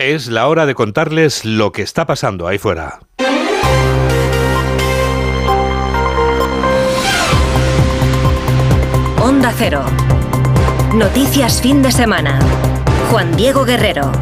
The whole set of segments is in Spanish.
Es la hora de contarles lo que está pasando ahí fuera. Onda Cero. Noticias fin de semana. Juan Diego Guerrero.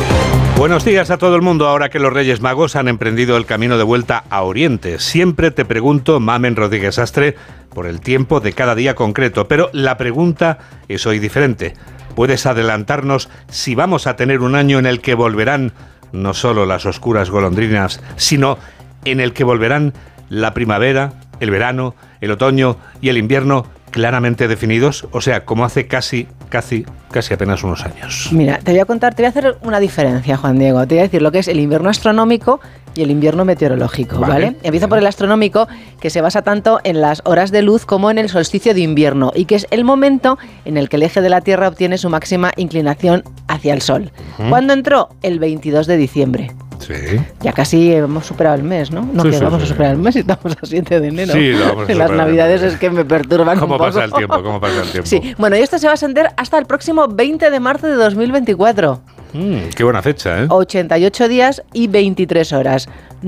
Buenos días a todo el mundo. Ahora que los Reyes Magos han emprendido el camino de vuelta a Oriente, siempre te pregunto, Mamen Rodríguez Astre, por el tiempo de cada día concreto. Pero la pregunta es hoy diferente. ¿Puedes adelantarnos si vamos a tener un año en el que volverán no solo las oscuras golondrinas, sino en el que volverán la primavera, el verano, el otoño y el invierno claramente definidos? O sea, como hace casi apenas unos años. Mira, te voy a hacer una diferencia, Juan Diego. Te voy a decir lo que es el invierno astronómico y el invierno meteorológico, ¿vale? Empiezo por el astronómico, que se basa tanto en las horas de luz como en el solsticio de invierno, y que es el momento en el que el eje de la Tierra obtiene su máxima inclinación hacia el Sol. ¿Cuándo entró? El 22 de diciembre. Sí. Ya casi hemos superado el mes, ¿no? No, sí, que sí, vamos sí. a superar el mes y estamos a 7 de enero. Sí, lo vamos a superar. Las navidades es que me perturban un poco. ¿Cómo pasa el tiempo? Sí, bueno, y esto se va a extender hasta el próximo 20 de marzo de 2024. Qué buena fecha, ¿eh? 88 días y 23 horas.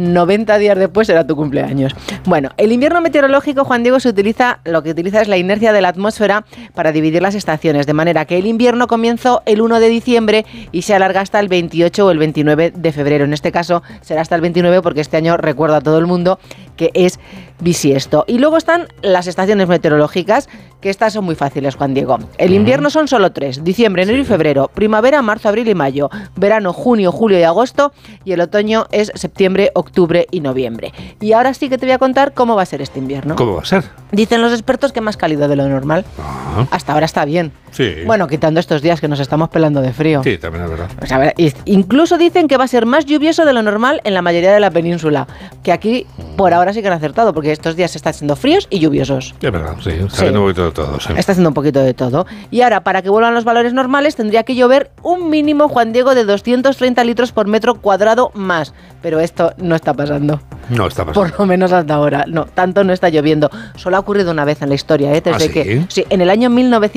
90 días después será tu cumpleaños. Bueno, el invierno meteorológico, Juan Diego, lo que utiliza es la inercia de la atmósfera para dividir las estaciones, de manera que el invierno comenzó el 1 de diciembre y se alarga hasta el 28 o el 29 de febrero. En este caso será hasta el 29 porque este año, recuerdo a todo el mundo, que es bisiesto. Y luego están las estaciones meteorológicas, que estas son muy fáciles, Juan Diego. El invierno son solo 3, diciembre, enero y febrero, primavera, marzo, abril y mayo, verano, junio, julio y agosto, y el otoño es septiembre, octubre y noviembre. Y ahora sí que te voy a contar cómo va a ser este invierno. ¿Cómo va a ser? Dicen los expertos que más cálido de lo normal. Hasta ahora está bien. Sí. Bueno, quitando estos días que nos estamos pelando de frío. Sí, también es verdad. O sea, incluso dicen que va a ser más lluvioso de lo normal en la mayoría de la península. Que aquí, por ahora sí que han acertado, porque estos días están siendo fríos y lluviosos. Es verdad, sí. Está haciendo un poquito de todo. Sí. Está haciendo un poquito de todo. Y ahora, para que vuelvan los valores normales, tendría que llover un mínimo, Juan Diego, de 230 litros por metro cuadrado más. Pero esto no está pasando. No está pasando. Por lo menos hasta ahora. No, tanto no está lloviendo. Solo ha ocurrido una vez en la historia, ¿eh? Desde que, sí, en el año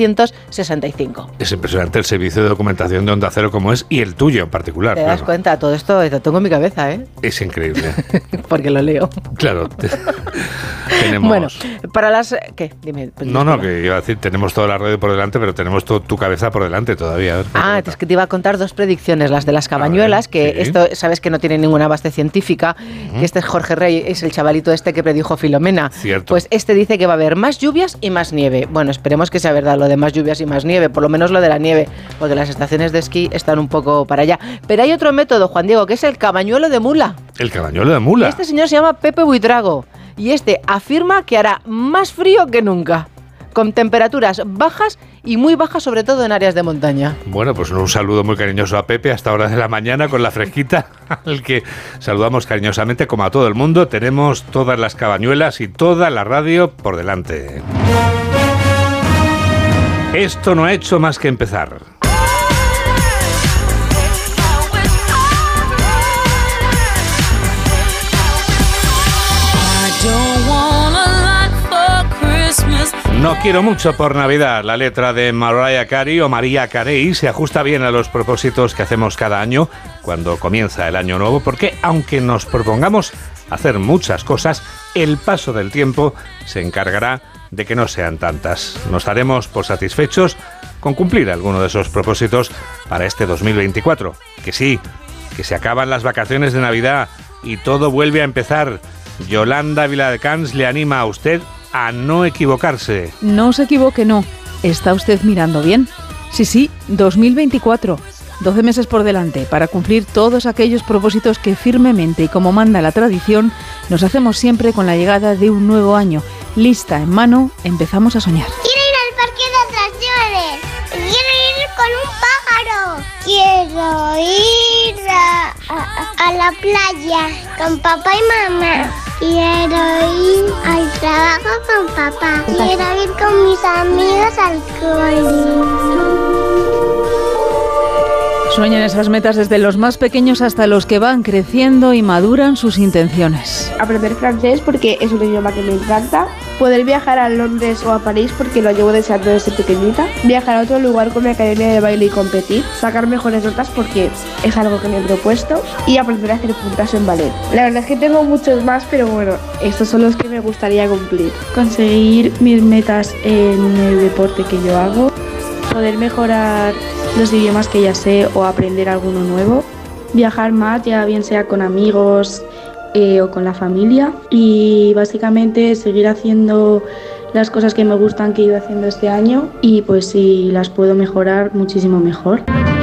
1965. Es impresionante el servicio de documentación de Onda Cero como es, y el tuyo en particular. Te das cuenta, todo esto lo tengo en mi cabeza, ¿eh? Es increíble. Porque lo leo. Claro. Tenemos... Bueno, para las... ¿Qué? Dime. No, que iba a decir, tenemos toda la radio por delante, pero tenemos tu cabeza por delante todavía. Es que te iba a contar dos predicciones, las de las cabañuelas, que sí. Esto sabes que no tiene ninguna base científica, que este es Jorge Rey, es el chavalito este que predijo Filomena. Cierto. Pues este dice que va a haber más lluvias y más nieve. Bueno, esperemos que sea verdad lo de más lluvias y más nieve, por lo menos lo de la nieve, porque las estaciones de esquí están un poco para allá. Pero hay otro método, Juan Diego, que es el cabañuelo de mula. ¿El cabañuelo de mula? Y este señor se llama Pepe Buitrago, y este afirma que hará más frío que nunca, con temperaturas bajas y muy bajas, sobre todo en áreas de montaña. Bueno, pues un saludo muy cariñoso a Pepe hasta hora de la mañana con la fresquita, al que saludamos cariñosamente como a todo el mundo. Tenemos todas las cabañuelas y toda la radio por delante. Esto no ha hecho más que empezar. No quiero mucho por Navidad. La letra de Mariah Carey o María Carey se ajusta bien a los propósitos que hacemos cada año cuando comienza el año nuevo, porque aunque nos propongamos hacer muchas cosas, el paso del tiempo se encargará de que no sean tantas. Nos daremos por satisfechos con cumplir alguno de esos propósitos para este 2024. Que sí, que se acaban las vacaciones de Navidad y todo vuelve a empezar. Yolanda Viladecans le anima a usted a no equivocarse. No se equivoque, no. ¿Está usted mirando bien? Sí, 2024. 12 meses por delante para cumplir todos aquellos propósitos que firmemente y como manda la tradición nos hacemos siempre con la llegada de un nuevo año. Lista en mano, empezamos a soñar. Quiero ir al parque de atracciones. Quiero ir con un pájaro. Quiero ir a la playa con papá y mamá. Quiero ir al trabajo con papá. Quiero ir con mis amigos al cole. Sueñan esas metas desde los más pequeños hasta los que van creciendo y maduran sus intenciones. Aprender francés porque es un idioma que me encanta. Poder viajar a Londres o a París porque lo llevo deseando desde pequeñita. Viajar a otro lugar con mi academia de baile y competir. Sacar mejores notas porque es algo que me he propuesto. Y aprender a hacer puntas en ballet. La verdad es que tengo muchos más, pero bueno, estos son los que me gustaría cumplir. Conseguir mis metas en el deporte que yo hago. Poder mejorar los idiomas que ya sé o aprender alguno nuevo. Viajar más, ya bien sea con amigos o con la familia, y básicamente seguir haciendo las cosas que me gustan que he ido haciendo este año, y pues si las puedo mejorar, muchísimo mejor.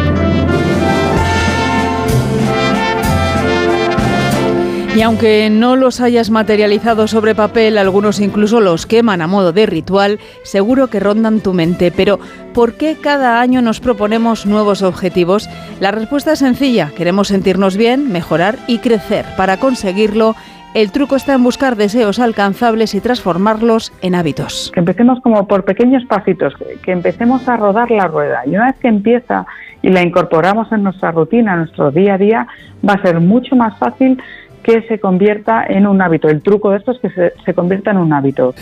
Y aunque no los hayas materializado sobre papel, algunos incluso los queman a modo de ritual, seguro que rondan tu mente. Pero, ¿por qué cada año nos proponemos nuevos objetivos? La respuesta es sencilla: queremos sentirnos bien, mejorar y crecer. Para conseguirlo, el truco está en buscar deseos alcanzables y transformarlos en hábitos. Que empecemos como por pequeños pasitos, que empecemos a rodar la rueda. Y una vez que empieza y la incorporamos en nuestra rutina, en nuestro día a día, va a ser mucho más fácil que se convierta en un hábito. El truco de esto es que se convierta en un hábito.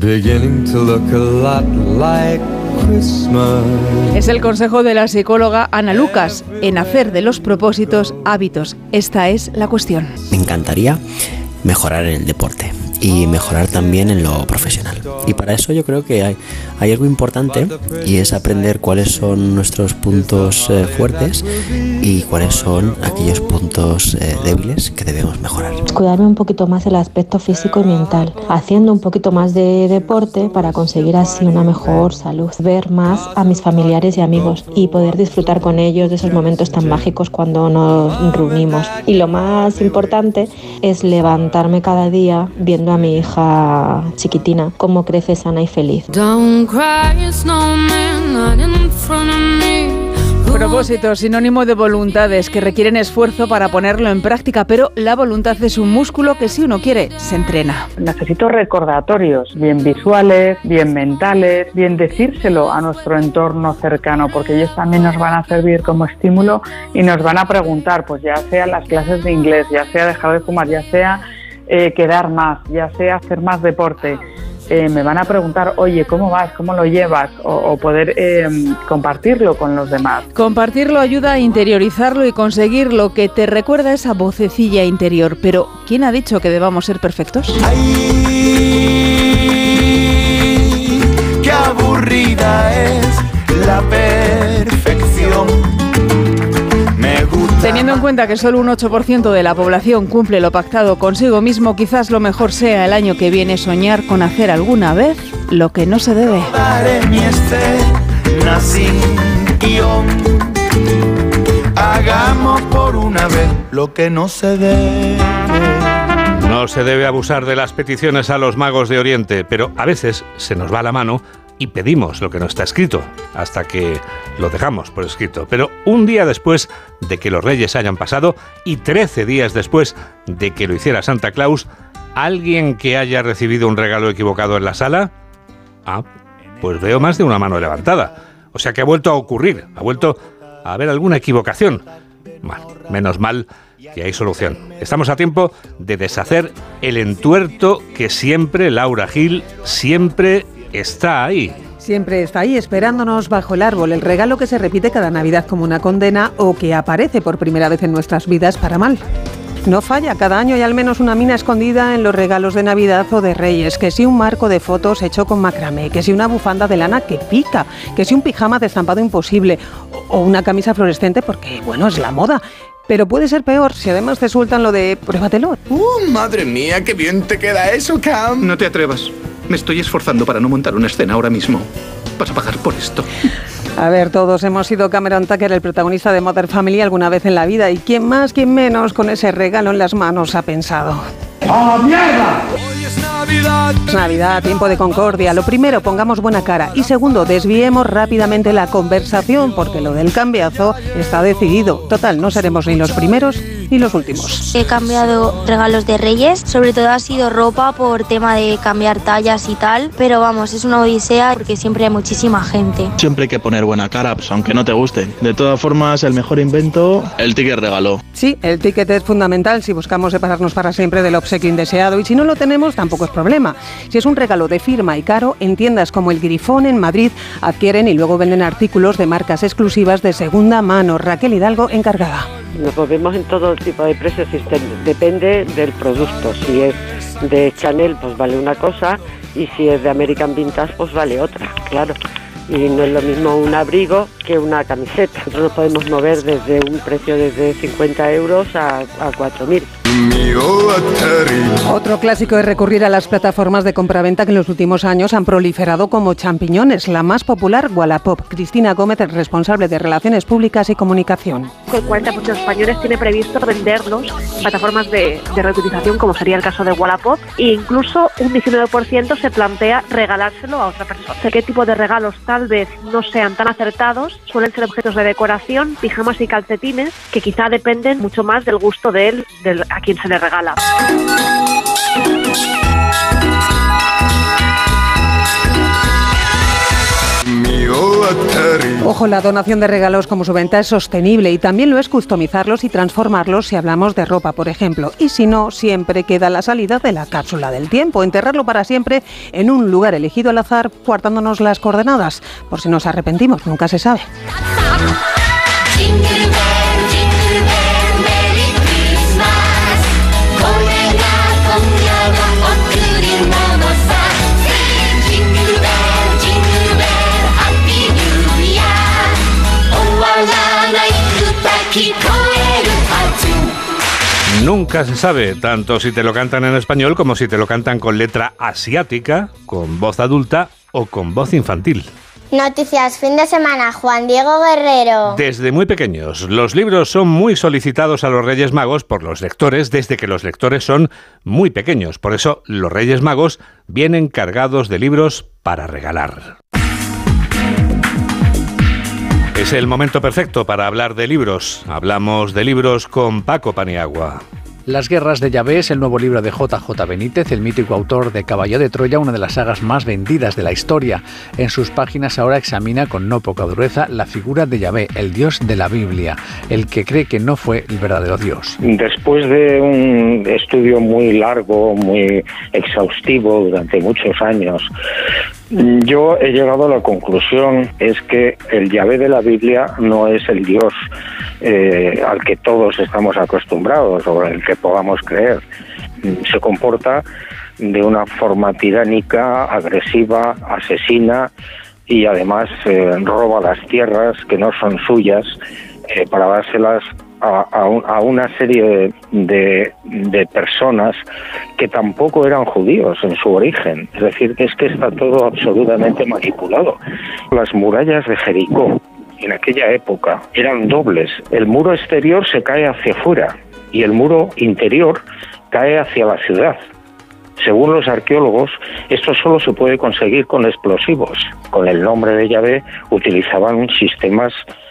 Es el consejo de la psicóloga Ana Lucas, en hacer de los propósitos hábitos. Esta es la cuestión. Me encantaría mejorar en el deporte y mejorar también en lo profesional. Y para eso yo creo que hay algo importante, y es aprender cuáles son nuestros puntos fuertes y cuáles son aquellos puntos débiles que debemos mejorar. Cuidarme un poquito más el aspecto físico y mental, haciendo un poquito más de deporte para conseguir así una mejor salud, ver más a mis familiares y amigos y poder disfrutar con ellos de esos momentos tan mágicos cuando nos reunimos. Y lo más importante es levantarme cada día viendo a mi hija chiquitina cómo crece sana y feliz. Propósito, sinónimo de voluntades que requieren esfuerzo para ponerlo en práctica, pero la voluntad es un músculo que, si uno quiere, se entrena. Necesito recordatorios, bien visuales, bien mentales, bien decírselo a nuestro entorno cercano, porque ellos también nos van a servir como estímulo y nos van a preguntar, pues ya sea las clases de inglés, ya sea dejar de fumar, ya sea quedar más, ya sea hacer más deporte. Me van a preguntar, oye, ¿cómo vas? ¿Cómo lo llevas? O poder compartirlo con los demás. Compartirlo ayuda a interiorizarlo y conseguir lo que te recuerda esa vocecilla interior. Pero, ¿quién ha dicho que debamos ser perfectos? ¡Ay! ¡Qué aburrida es la perfección! Teniendo en cuenta que solo un 8% de la población cumple lo pactado consigo mismo, quizás lo mejor sea el año que viene soñar con hacer alguna vez lo que no se debe. Hagamos por una vez lo que no se debe. No se debe abusar de las peticiones a los magos de Oriente, pero a veces se nos va la mano y pedimos lo que no está escrito, hasta que lo dejamos por escrito. Pero un día después de que los Reyes hayan pasado y 13 días después de que lo hiciera Santa Claus, ¿alguien que haya recibido un regalo equivocado en la sala? Pues veo más de una mano levantada. O sea que ha vuelto a ocurrir, ha vuelto a haber alguna equivocación. Bueno, menos mal que hay solución. Estamos a tiempo de deshacer el entuerto que siempre Laura Gil está ahí. Siempre está ahí esperándonos bajo el árbol, el regalo que se repite cada Navidad como una condena o que aparece por primera vez en nuestras vidas para mal. No falla, cada año hay al menos una mina escondida en los regalos de Navidad o de Reyes, que si un marco de fotos hecho con macramé, que si una bufanda de lana que pica, que si un pijama de estampado imposible o una camisa fluorescente porque, bueno, es la moda. Pero puede ser peor si además te sueltan lo de pruébatelo. ¡Madre mía, qué bien te queda eso, Cam! No te atrevas. Me estoy esforzando para no montar una escena ahora mismo. Vas a pagar por esto. A ver, todos hemos sido Cameron Tucker, el protagonista de Modern Family, alguna vez en la vida. Y quién más, quién menos, con ese regalo en las manos ha pensado. ¡Ah, mierda! Hoy es Navidad. Es Navidad, tiempo de concordia. Lo primero, pongamos buena cara. Y segundo, desviemos rápidamente la conversación, porque lo del cambiazo está decidido. Total, no seremos ni los primeros y los últimos. He cambiado regalos de Reyes, sobre todo ha sido ropa por tema de cambiar tallas y tal, pero vamos, es una odisea porque siempre hay muchísima gente. Siempre hay que poner buena cara, pues aunque no te guste. De todas formas, el mejor invento, el ticket regalo. Sí, el ticket es fundamental si buscamos separarnos para siempre del obsequio indeseado, y si no lo tenemos tampoco es problema. Si es un regalo de firma y caro, en tiendas como El Grifón en Madrid adquieren y luego venden artículos de marcas exclusivas de segunda mano. Raquel Hidalgo, encargada. Nos movemos en todo tipo de precios, depende del producto. Si es de Chanel, pues vale una cosa, y si es de American Vintage, pues vale otra, claro. Y no es lo mismo un abrigo que una camiseta. Nosotros nos podemos mover desde un precio desde 50 euros a 4.000. Otro clásico es recurrir a las plataformas de compraventa que en los últimos años han proliferado como champiñones. La más popular, Wallapop. Cristina Gómez es responsable de Relaciones Públicas y Comunicación. El 40% de los españoles tiene previsto venderlos en plataformas de reutilización, como sería el caso de Wallapop, e incluso un 19% se plantea regalárselo a otra persona. ¿Qué tipo de regalos tal vez no sean tan acertados? Suelen ser objetos de decoración, pijamas y calcetines, que quizá dependen mucho más del gusto de él, a quien se le regala. Ojo, la donación de regalos como su venta es sostenible, y también lo es customizarlos y transformarlos si hablamos de ropa, por ejemplo. Y si no, siempre queda la salida de la cápsula del tiempo, enterrarlo para siempre en un lugar elegido al azar, guardándonos las coordenadas. Por si nos arrepentimos, nunca se sabe. Nunca se sabe, tanto si te lo cantan en español como si te lo cantan con letra asiática, con voz adulta o con voz infantil. Noticias fin de semana, Juan Diego Guerrero. Desde muy pequeños, los libros son muy solicitados a los Reyes Magos por los lectores desde que los lectores son muy pequeños. Por eso, los Reyes Magos vienen cargados de libros para regalar. Es el momento perfecto para hablar de libros. Hablamos de libros con Paco Paniagua. Las guerras de Yahvé es el nuevo libro de J.J. Benítez, el mítico autor de Caballo de Troya, una de las sagas más vendidas de la historia. En sus páginas ahora examina con no poca dureza la figura de Yahvé, el Dios de la Biblia, el que cree que no fue el verdadero Dios. Después de un estudio muy largo, muy exhaustivo durante muchos años, yo he llegado a la conclusión es que el Yahvé de la Biblia no es el Dios al que todos estamos acostumbrados o al que podamos creer. Se comporta de una forma tiránica, agresiva, asesina y además roba las tierras que no son suyas para dárselas a una serie de personas que tampoco eran judíos en su origen. Es decir, que está todo absolutamente manipulado. Las murallas de Jericó en aquella época eran dobles. El muro exterior se cae hacia afuera y el muro interior cae hacia la ciudad. Según los arqueólogos, esto solo se puede conseguir con explosivos. Con el nombre de Yahvé utilizaban sistemas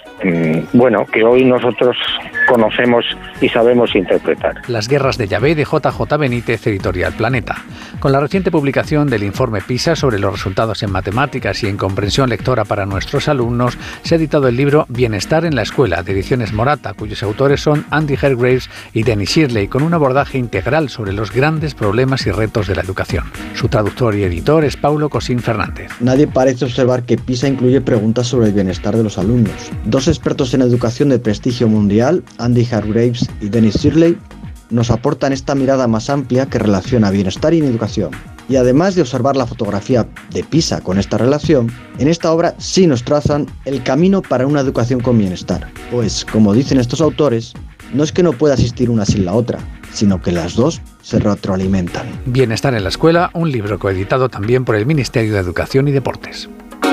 que hoy nosotros conocemos y sabemos interpretar. Las guerras de Yahvé de J.J. Benítez, Editorial Planeta. Con la reciente publicación del informe PISA sobre los resultados en matemáticas y en comprensión lectora para nuestros alumnos, se ha editado el libro Bienestar en la Escuela, de Ediciones Morata, cuyos autores son Andy Hargreaves y Dennis Shirley, con un abordaje integral sobre los grandes problemas y retos de la educación. Su traductor y editor es Paulo Cosín Fernández. Nadie parece observar que PISA incluye preguntas sobre el bienestar de los alumnos. Dos expertos en educación de prestigio mundial, Andy Hargreaves y Dennis Shirley, nos aportan esta mirada más amplia que relaciona bienestar y educación. Y además de observar la fotografía de PISA con esta relación, en esta obra sí nos trazan el camino para una educación con bienestar. Pues, como dicen estos autores, no es que no pueda existir una sin la otra, sino que las dos se retroalimentan. Bienestar en la Escuela, un libro coeditado también por el Ministerio de Educación y Deportes.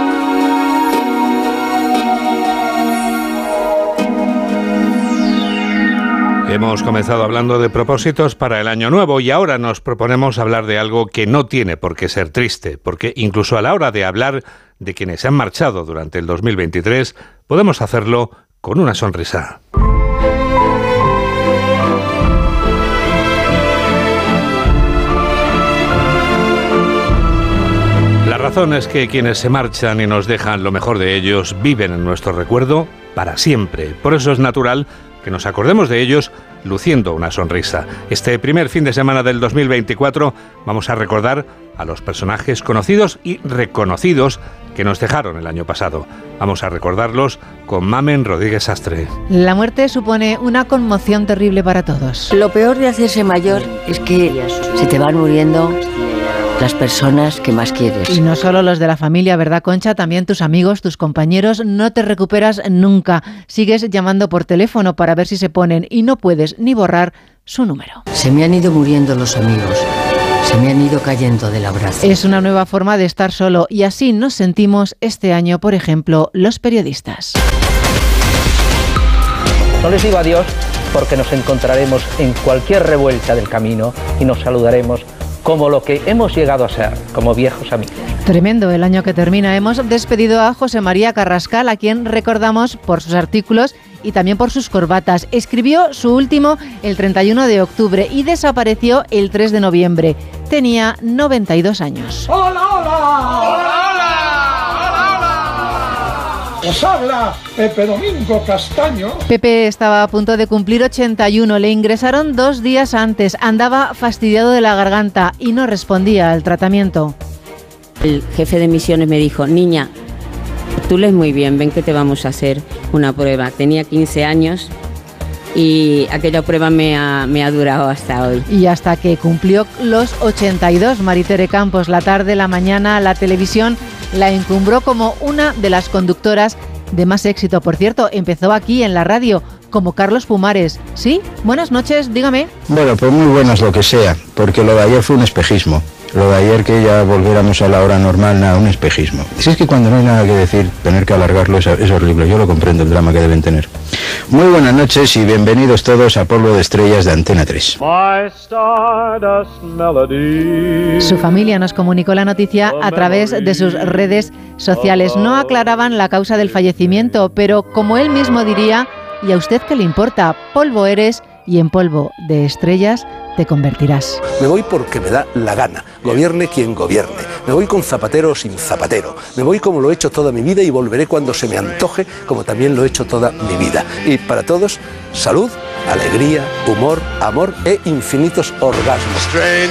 Hemos comenzado hablando de propósitos para el año nuevo y ahora nos proponemos hablar de algo que no tiene por qué ser triste, porque incluso a la hora de hablar de quienes se han marchado durante el 2023, podemos hacerlo con una sonrisa. razón es que quienes se marchan y nos dejan lo mejor de ellos viven en nuestro recuerdo para siempre. Por eso es natural que nos acordemos de ellos luciendo una sonrisa. Este primer fin de semana del 2024 vamos a recordar a los personajes conocidos y reconocidos que nos dejaron el año pasado. Vamos a recordarlos con Mamen Rodríguez Sastre. La muerte supone una conmoción terrible para todos. Lo peor de hacerse mayor es que se te van muriendo las personas que más quieres. Y no solo los de la familia, ¿verdad, Concha? También tus amigos, tus compañeros. No te recuperas nunca. Sigues llamando por teléfono para ver si se ponen y no puedes ni borrar su número. Se me han ido muriendo los amigos. Se me han ido cayendo del abrazo. Es una nueva forma de estar solo y así nos sentimos este año, por ejemplo, los periodistas. No les digo adiós porque nos encontraremos en cualquier revuelta del camino y nos saludaremos como lo que hemos llegado a ser, como viejos amigos. Tremendo el año que termina. Hemos despedido a José María Carrascal, a quien recordamos por sus artículos y también por sus corbatas. Escribió su último el 31 de octubre y desapareció el 3 de noviembre. Tenía 92 años. ¡Hola, hola! ¡Hola, hola! Os habla Pepe Domingo Castaño. Pepe estaba a punto de cumplir 81. Le ingresaron 2 días antes. Andaba fastidiado de la garganta y no respondía al tratamiento. El jefe de misiones me dijo: niña, tú lees muy bien, ven que te vamos a hacer una prueba. Tenía 15 años y aquella prueba me ha durado hasta hoy. Y hasta que cumplió los 82, Maritere Campos, la tarde, la mañana, la televisión la encumbró como una de las conductoras de más éxito. Por cierto, empezó aquí en la radio, como Carlos Pumares. ¿Sí? Buenas noches, dígame. Bueno, pues muy buenas lo que sea, porque lo de ayer fue un espejismo. Lo de ayer, que ya volviéramos a la hora normal, nada, un espejismo. Si es que cuando no hay nada que decir, tener que alargarlo es horrible. Yo lo comprendo, el drama que deben tener. Muy buenas noches y bienvenidos todos a Polvo de Estrellas de Antena 3. Su familia nos comunicó la noticia a través de sus redes sociales. No aclaraban la causa del fallecimiento, pero como él mismo diría, ¿y a usted qué le importa? Polvo eres y en polvo de estrellas te convertirás. Me voy porque me da la gana, gobierne quien gobierne. Me voy con zapatero o sin zapatero. Me voy como lo he hecho toda mi vida y volveré cuando se me antoje, como también lo he hecho toda mi vida. Y para todos, salud, alegría, humor, amor e infinitos orgasmos.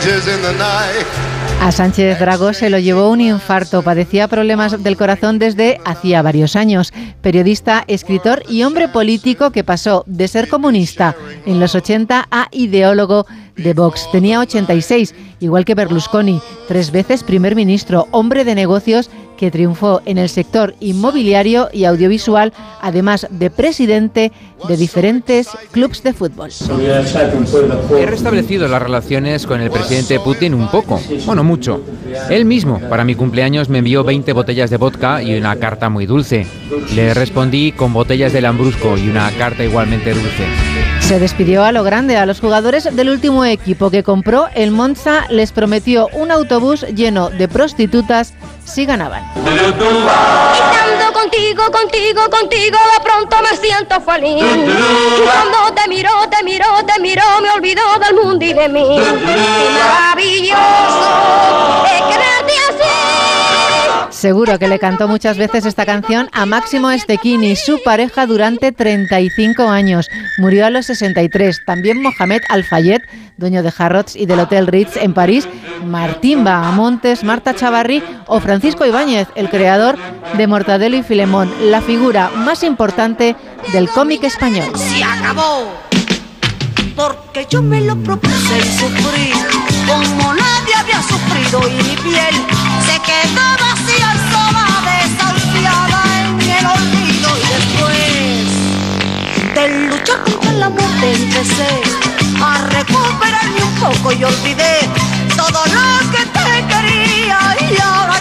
A Sánchez Dragó se lo llevó un infarto. Padecía problemas del corazón desde hacía varios años. Periodista, escritor y hombre político que pasó de ser comunista en los 80 a ideólogo de Vox. Tenía 86, igual que Berlusconi, 3 veces primer ministro, hombre de negocios que triunfó en el sector inmobiliario y audiovisual, además de presidente de diferentes clubes de fútbol. He restablecido las relaciones con el presidente Putin un poco, bueno, mucho. Él mismo, para mi cumpleaños, me envió 20 botellas de vodka y una carta muy dulce. Le respondí con botellas de Lambrusco y una carta igualmente dulce. Se despidió a lo grande. A los jugadores del último equipo que compró el Monza les prometió un autobús lleno de prostitutas si ganaban. Estando contigo, de pronto me siento feliz. Cuando te miro, me olvido del mundo y de mí. Maravilloso es quererte así. Seguro que le cantó muchas veces esta canción a Máximo Stechini, su pareja durante 35 años. Murió a los 63. También Mohamed Al-Fayed, dueño de Harrods y del Hotel Ritz en París, Martín Bahamontes, Marta Chavarri o Francisco Ibáñez, el creador de Mortadelo y Filemón, la figura más importante del cómic español. Se acabó, porque yo me lo propuse y sufrí como nadie había sufrido y mi piel se quedó vacía, sola, desahuciada en el olvido y después de luchar contra la muerte empecé a recuperarme un poco y olvidé todo lo que te quería y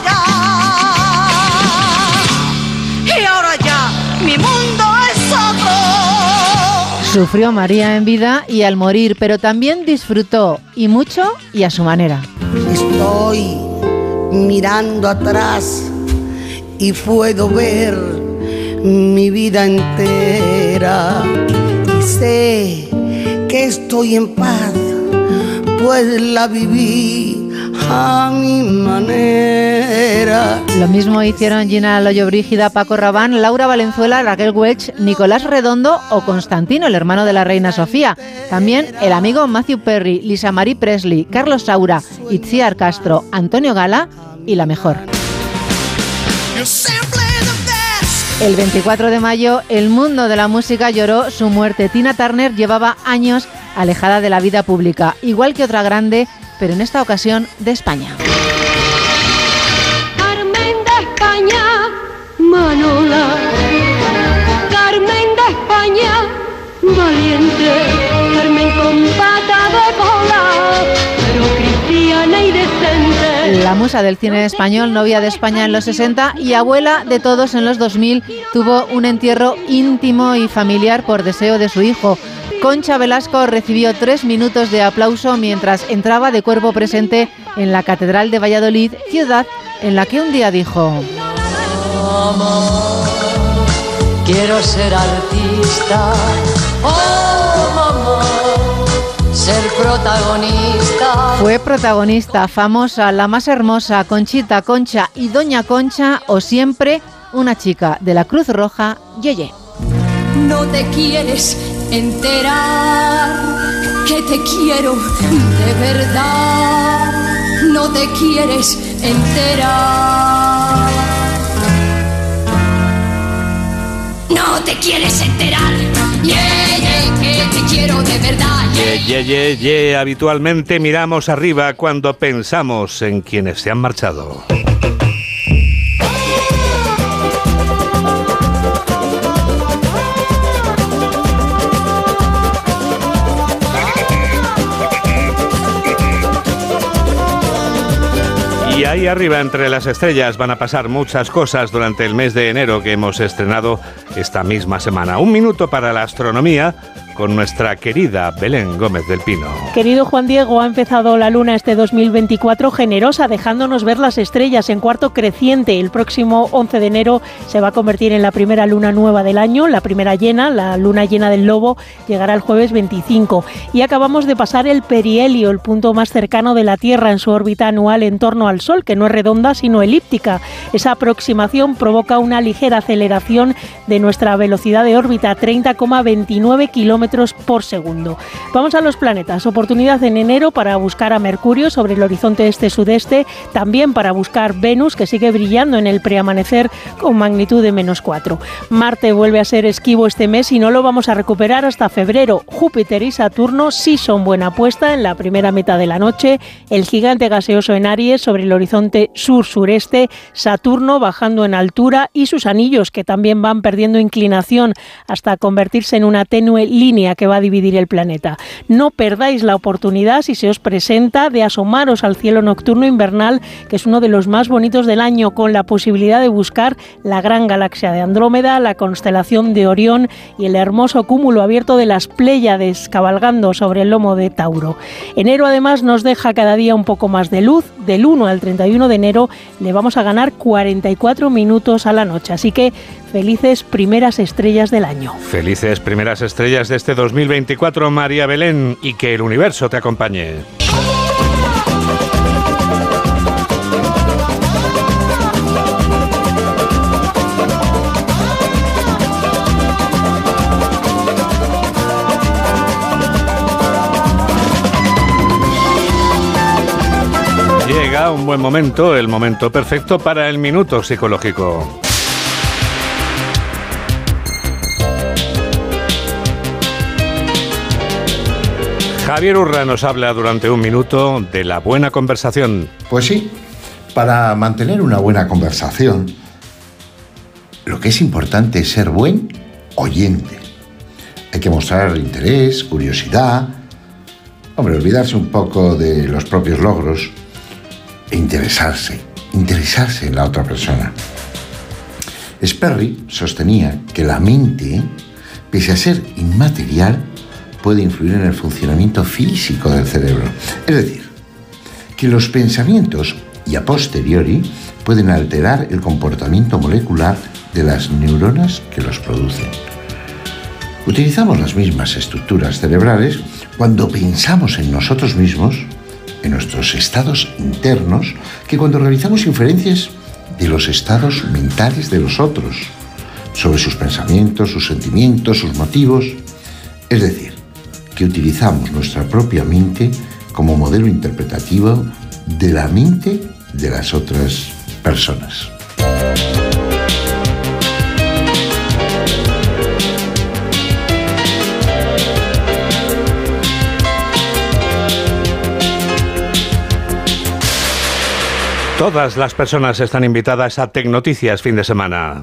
ahora ya mi mundo es otro. Sufrió María en vida y al morir, pero también disfrutó, y mucho y a su manera. Estoy mirando atrás y puedo ver mi vida entera y sé que estoy en paz, pues la viví a mi manera. Lo mismo hicieron Gina Loyo-Brígida, Paco Rabanne, Laura Valenzuela, Raquel Welch, Nicolás Redondo o Constantino, el hermano de la reina Sofía. También el amigo Matthew Perry, Lisa Marie Presley, Carlos Saura, Itziar Castro, Antonio Gala y la mejor. El 24 de mayo, el mundo de la música lloró su muerte. Tina Turner llevaba años alejada de la vida pública, igual que otra grande, pero en esta ocasión de España. Carmen de España, Manola. Carmen de España, valiente. Carmen con pata de bola, pero cristiana y decente. La musa del cine español, novia de España en los 60 y abuela de todos en los 2000, tuvo un entierro íntimo y familiar por deseo de su hijo. Concha Velasco recibió 3 minutos de aplauso mientras entraba de cuerpo presente en la Catedral de Valladolid, ciudad en la que un día dijo: Mamá, quiero ser artista. Oh, mamá, ser protagonista. Fue protagonista, famosa, la más hermosa, Conchita, Concha y Doña Concha, o siempre una chica de la Cruz Roja, Yeye. No te quieres enterar que te quiero de verdad. No te quieres enterar. No te quieres enterar. Que te quiero de verdad. Habitualmente miramos arriba cuando pensamos en quienes se han marchado. Y ahí arriba, entre las estrellas, van a pasar muchas cosas durante el mes de enero que hemos estrenado esta misma semana. 1 minuto para la astronomía con nuestra querida Belén Gómez del Pino. Querido Juan Diego, ha empezado la luna este 2024 generosa, dejándonos ver las estrellas en cuarto creciente. El próximo 11 de enero se va a convertir en la primera luna nueva del año, la primera llena, la luna llena del Lobo, llegará el jueves 25. Y acabamos de pasar el perihelio, el punto más cercano de la Tierra en su órbita anual en torno al Sol, que no es redonda sino elíptica. Esa aproximación provoca una ligera aceleración de nuestra velocidad de órbita, 30,29 kilómetros por segundo. Vamos a los planetas. Oportunidad en enero para buscar a Mercurio sobre el horizonte este-sudeste, también para buscar Venus, que sigue brillando en el preamanecer con magnitud de -4. Marte vuelve a ser esquivo este mes y no lo vamos a recuperar hasta febrero. Júpiter y Saturno sí son buena apuesta en la primera mitad de la noche. El gigante gaseoso en Aries sobre el horizonte sur-sureste, Saturno bajando en altura y sus anillos, que también van perdiendo inclinación hasta convertirse en una tenue línea que va a dividir el planeta. No perdáis la oportunidad, si se os presenta, de asomaros al cielo nocturno invernal, que es uno de los más bonitos del año, con la posibilidad de buscar la gran galaxia de Andrómeda, la constelación de Orión y el hermoso cúmulo abierto de las Pléyades cabalgando sobre el lomo de Tauro. Enero además nos deja cada día un poco más de luz. Del 1 al 31 de enero le vamos a ganar 44 minutos a la noche, así que felices primeras estrellas del año. Felices primeras estrellas de este 2024, María Belén, y que el universo te acompañe. Llega un buen momento, el momento perfecto para el minuto psicológico. Javier Urra nos habla durante 1 minuto de la buena conversación. Pues sí, para mantener una buena conversación, lo que es importante es ser buen oyente. Hay que mostrar interés, curiosidad, olvidarse un poco de los propios logros e interesarse en la otra persona. Sperry sostenía que la mente, pese a ser inmaterial, puede influir en el funcionamiento físico del cerebro. Es decir, que los pensamientos y a posteriori pueden alterar el comportamiento molecular de las neuronas que los producen. Utilizamos las mismas estructuras cerebrales cuando pensamos en nosotros mismos en nuestros estados internos que cuando realizamos inferencias de los estados mentales de los otros, sobre sus pensamientos, sus sentimientos, sus motivos. Es decir, que utilizamos nuestra propia mente como modelo interpretativo de la mente de las otras personas. Todas las personas están invitadas a Tecnoticias fin de semana.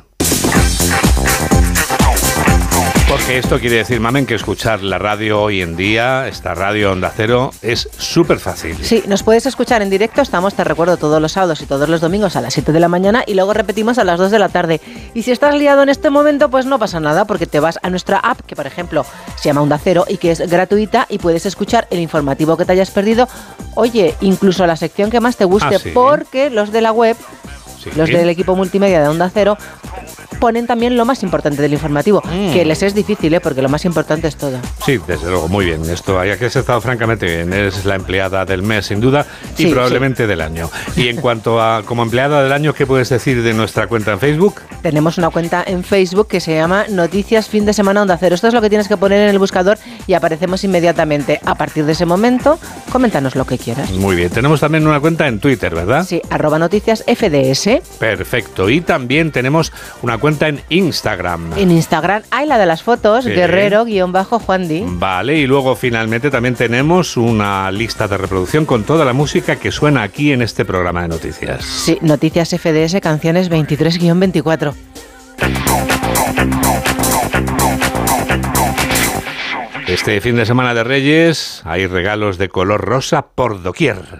Porque esto quiere decir, Mamen, que escuchar la radio hoy en día, esta radio Onda Cero, es súper fácil. Sí, nos puedes escuchar en directo, estamos, te recuerdo, todos los sábados y todos los domingos a las 7 de la mañana y luego repetimos a las 2 de la tarde. Y si estás liado en este momento, pues no pasa nada, porque te vas a nuestra app, que por ejemplo se llama Onda Cero y que es gratuita, y puedes escuchar el informativo que te hayas perdido, oye, incluso la sección que más te guste, ¿sí? Porque los de la web, los del equipo multimedia de Onda Cero, ponen también lo más importante del informativo, que les es difícil, porque lo más importante es todo. Sí, desde luego, muy bien. Esto, ya que has estado francamente bien, eres la empleada del mes, sin duda, y Sí, probablemente del año. Y en cuanto a como empleada del año, ¿qué puedes decir de nuestra cuenta en Facebook? Tenemos una cuenta en Facebook que se llama Noticias Fin de Semana Onda Cero. Esto es lo que tienes que poner en el buscador y aparecemos inmediatamente. A partir de ese momento, coméntanos lo que quieras. Muy bien. Tenemos también una cuenta en Twitter, ¿verdad? Sí, @noticiasfds. Perfecto. Y también tenemos una cuenta en Instagram. En Instagram hay la de las fotos, Sí. Guerrero_Juandi. Vale, y luego finalmente también tenemos una lista de reproducción con toda la música que suena aquí en este programa de noticias. Sí, Noticias FDS, canciones 23-24. Este fin de semana de Reyes hay regalos de color rosa por doquier.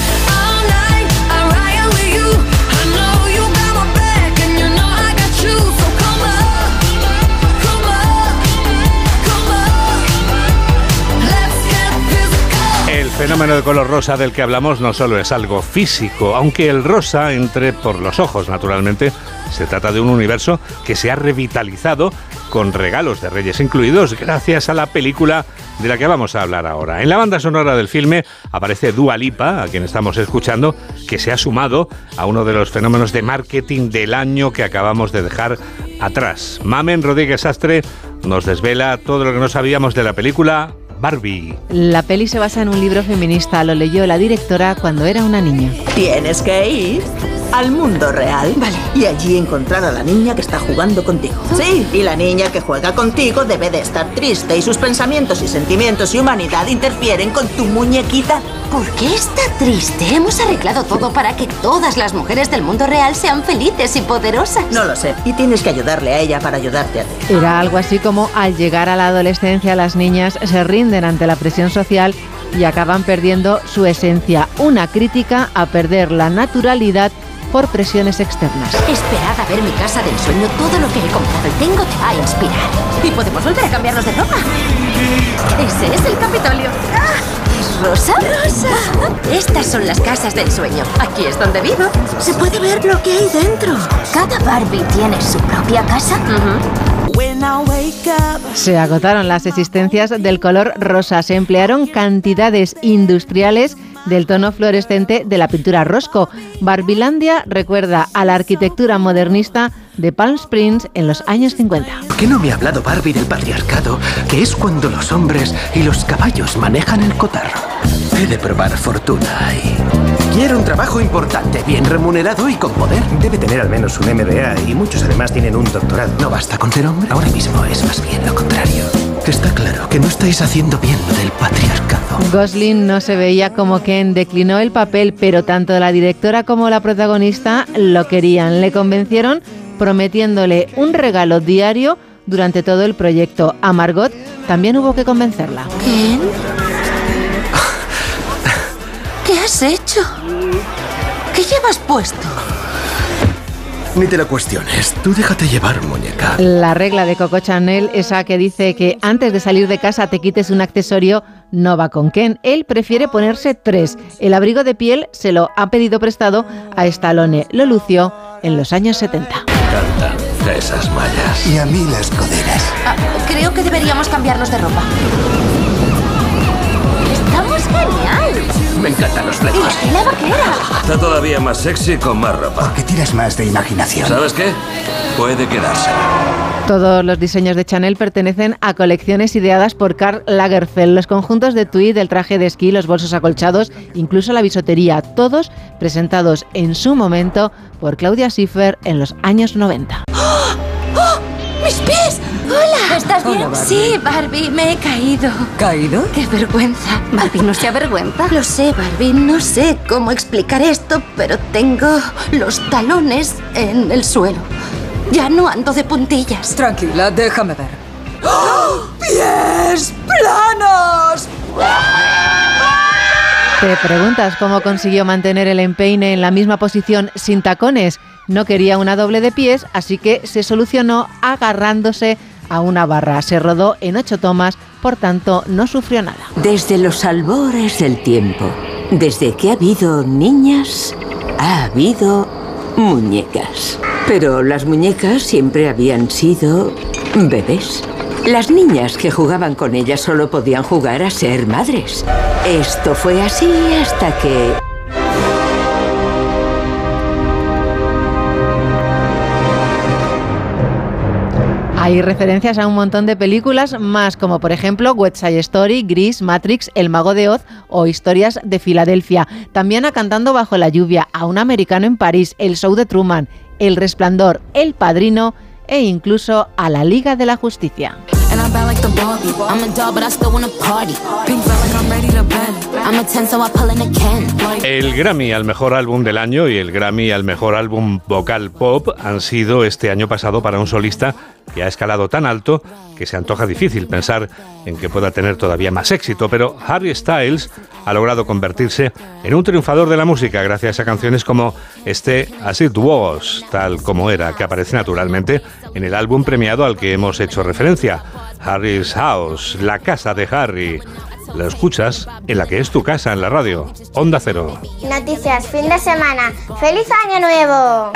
El fenómeno de color rosa del que hablamos no solo es algo físico, aunque el rosa entre por los ojos, naturalmente. Se trata de un universo que se ha revitalizado con regalos de Reyes incluidos gracias a la película de la que vamos a hablar ahora. En la banda sonora del filme aparece Dua Lipa, a quien estamos escuchando, que se ha sumado a uno de los fenómenos de marketing del año que acabamos de dejar atrás. Mamen Rodríguez Sastre nos desvela todo lo que no sabíamos de la película Barbie. La peli se basa en un libro feminista, lo leyó la directora cuando era una niña. Tienes que ir al mundo real. Vale. Y allí encontrar a la niña que está jugando contigo. Sí, y la niña que juega contigo debe de estar triste y sus pensamientos y sentimientos y humanidad interfieren con tu muñequita. ¿Por qué está triste? Hemos arreglado todo para que todas las mujeres del mundo real sean felices y poderosas. No lo sé, y tienes que ayudarle a ella para ayudarte a ti. Era algo así como al llegar a la adolescencia las niñas se rinden ante la presión social y acaban perdiendo su esencia. Una crítica a perder la naturalidad por presiones externas. Esperad a ver mi casa del sueño. Todo lo que he comprado y tengo te va a inspirar. Y podemos volver a cambiarnos de ropa. Ese es el Capitolio. ¡Ah! ¿Es rosa? ¡Rosa! Estas son las casas del sueño. Aquí es donde vivo. Se puede ver lo que hay dentro. ¿Cada Barbie tiene su propia casa? Se agotaron las existencias del color rosa. Se emplearon cantidades industriales del tono fluorescente de la pintura Rosco. Barbilandia recuerda a la arquitectura modernista de Palm Springs en los años 50. ¿Por qué no me ha hablado Barbie del patriarcado, que es cuando los hombres y los caballos manejan el cotarro? He de probar fortuna y... Quiero un trabajo importante, bien remunerado y con poder. Debe tener al menos un MBA y muchos además tienen un doctorado. ¿No basta con ser hombre? Ahora mismo es más bien lo contrario. Está claro que no estáis haciendo bien lo del patriarcado. Gosling no se veía como Ken, declinó el papel, pero tanto la directora como la protagonista lo querían. Le convencieron prometiéndole un regalo diario durante todo el proyecto. A Margot también hubo que convencerla. ¿Ken? ¿Qué has hecho? ¿Qué llevas puesto? Ni te lo cuestiones. Tú déjate llevar, muñeca. La regla de Coco Chanel, esa que dice que antes de salir de casa te quites un accesorio, no va con Ken. Él prefiere ponerse 3. El abrigo de piel se lo ha pedido prestado a Stallone. Lo lució en los años 70. Cantan esas mallas. Y a mí las coderas. Creo que deberíamos cambiarnos de ropa. ¡Estamos genial! Me encantan los flecos. ¿Y la tela vaquera? Está todavía más sexy con más ropa. Porque tienes más de imaginación. ¿Sabes qué? Puede quedarse. Todos los diseños de Chanel pertenecen a colecciones ideadas por Karl Lagerfeld. Los conjuntos de tweed, el traje de esquí, los bolsos acolchados, incluso la bisutería, todos presentados en su momento por Claudia Schiffer en los años 90. ¡Oh! ¡Oh! ¡Mis pies! ¡Hola! ¿Estás bien? Hola, Barbie. Sí, Barbie, me he caído. ¿Caído? ¡Qué vergüenza! Barbie, ¿no se avergüenza? Lo sé, Barbie, no sé cómo explicar esto, pero tengo los talones en el suelo. Ya no ando de puntillas. Tranquila, déjame ver. ¡Oh! ¡Pies planos! ¿Te preguntas cómo consiguió mantener el empeine en la misma posición sin tacones? No quería una doble de pies, así que se solucionó agarrándose a una barra. Se rodó en 8 tomas, por tanto no sufrió nada. Desde los albores del tiempo, desde que ha habido niñas, ha habido muñecas. Pero las muñecas siempre habían sido bebés. Las niñas que jugaban con ellas solo podían jugar a ser madres. Esto fue así hasta que... Hay referencias a un montón de películas más, como por ejemplo West Side Story, Grease, Matrix, El Mago de Oz o Historias de Filadelfia. También a Cantando bajo la lluvia, A un americano en París, El show de Truman, El Resplandor, El Padrino e incluso a La Liga de la Justicia. El Grammy al mejor álbum del año y el Grammy al mejor álbum vocal pop han sido este año pasado para un solista que ha escalado tan alto que se antoja difícil pensar en que pueda tener todavía más éxito, pero Harry Styles ha logrado convertirse en un triunfador de la música gracias a canciones como este As It Was, tal como era, que aparece naturalmente en el álbum premiado al que hemos hecho referencia, Harry's House, la casa de Harry. Lo escuchas en la que es tu casa, en la radio, Onda Cero. Noticias, fin de semana. ¡Feliz Año Nuevo!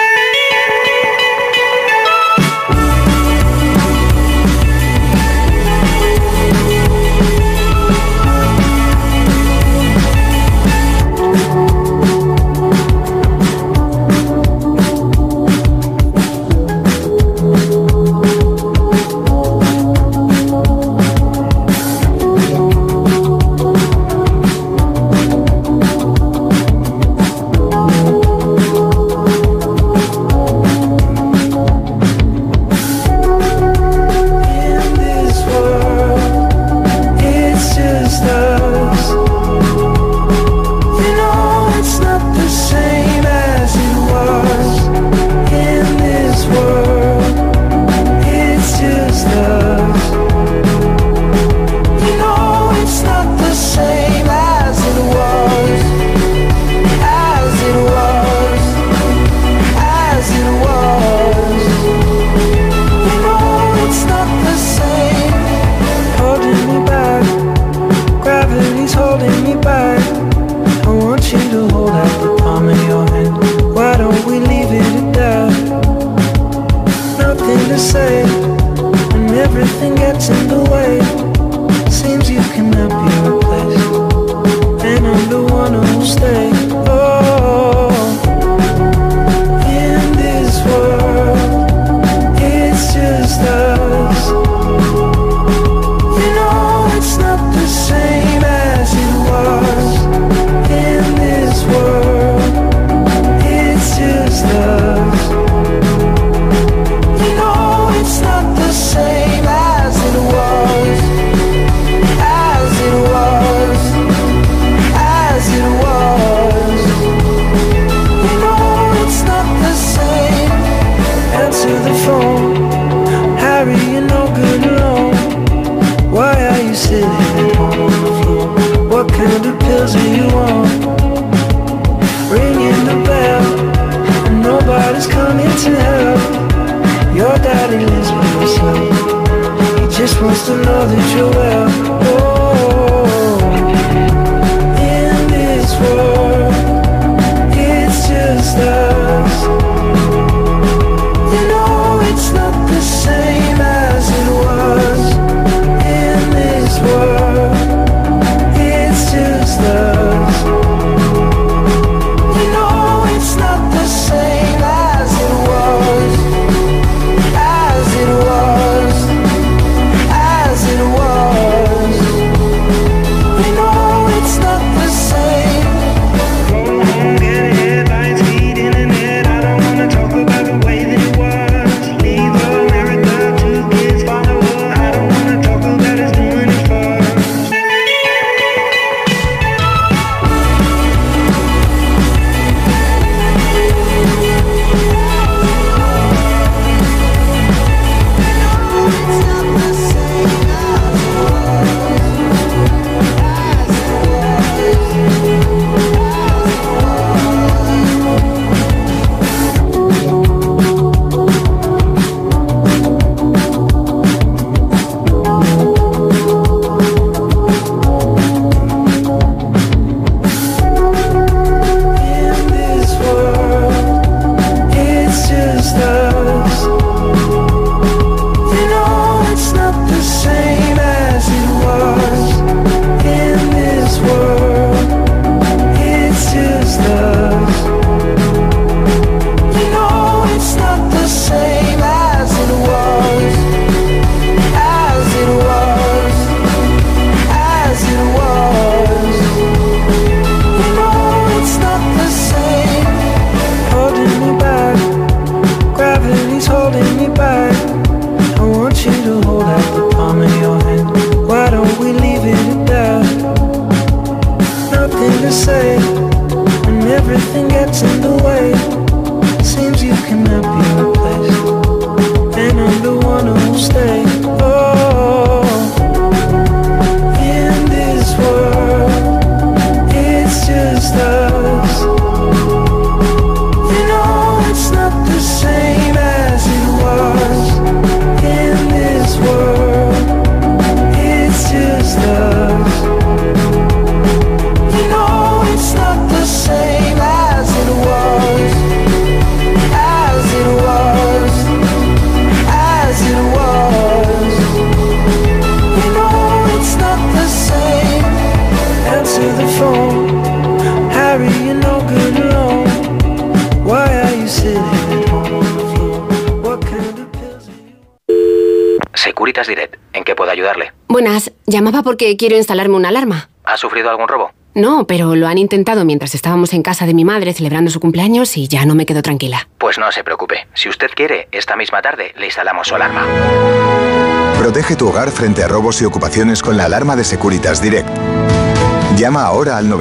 it was. You know it's not the same. Holding me back, gravity's holding me back. I want you to hold out the palm of your hand. Why don't we leave it at that? Nothing to say when everything gets in the way. Seems you cannot be replaced, and I'm the one who will stay. Oh, in this world, it's just us. You know it's not the same as it was. In this world, it's just us. You know it's not the same as it was. As it was. As it was. You know it's not the same. Answer the phone. Harry, you're no good alone. Why are you sitting at home on the floor? What kind of pills are you? Securitas Direct, ¿en qué puedo ayudarle? Buenas, llamaba porque quiero instalarme una alarma. ¿Ha sufrido algún robo? No, pero lo han intentado mientras estábamos en casa de mi madre celebrando su cumpleaños y ya no me quedo tranquila. Pues no se preocupe. Si usted quiere, esta misma tarde le instalamos su alarma. Protege tu hogar frente a robos y ocupaciones con la alarma de Securitas Direct. Llama ahora al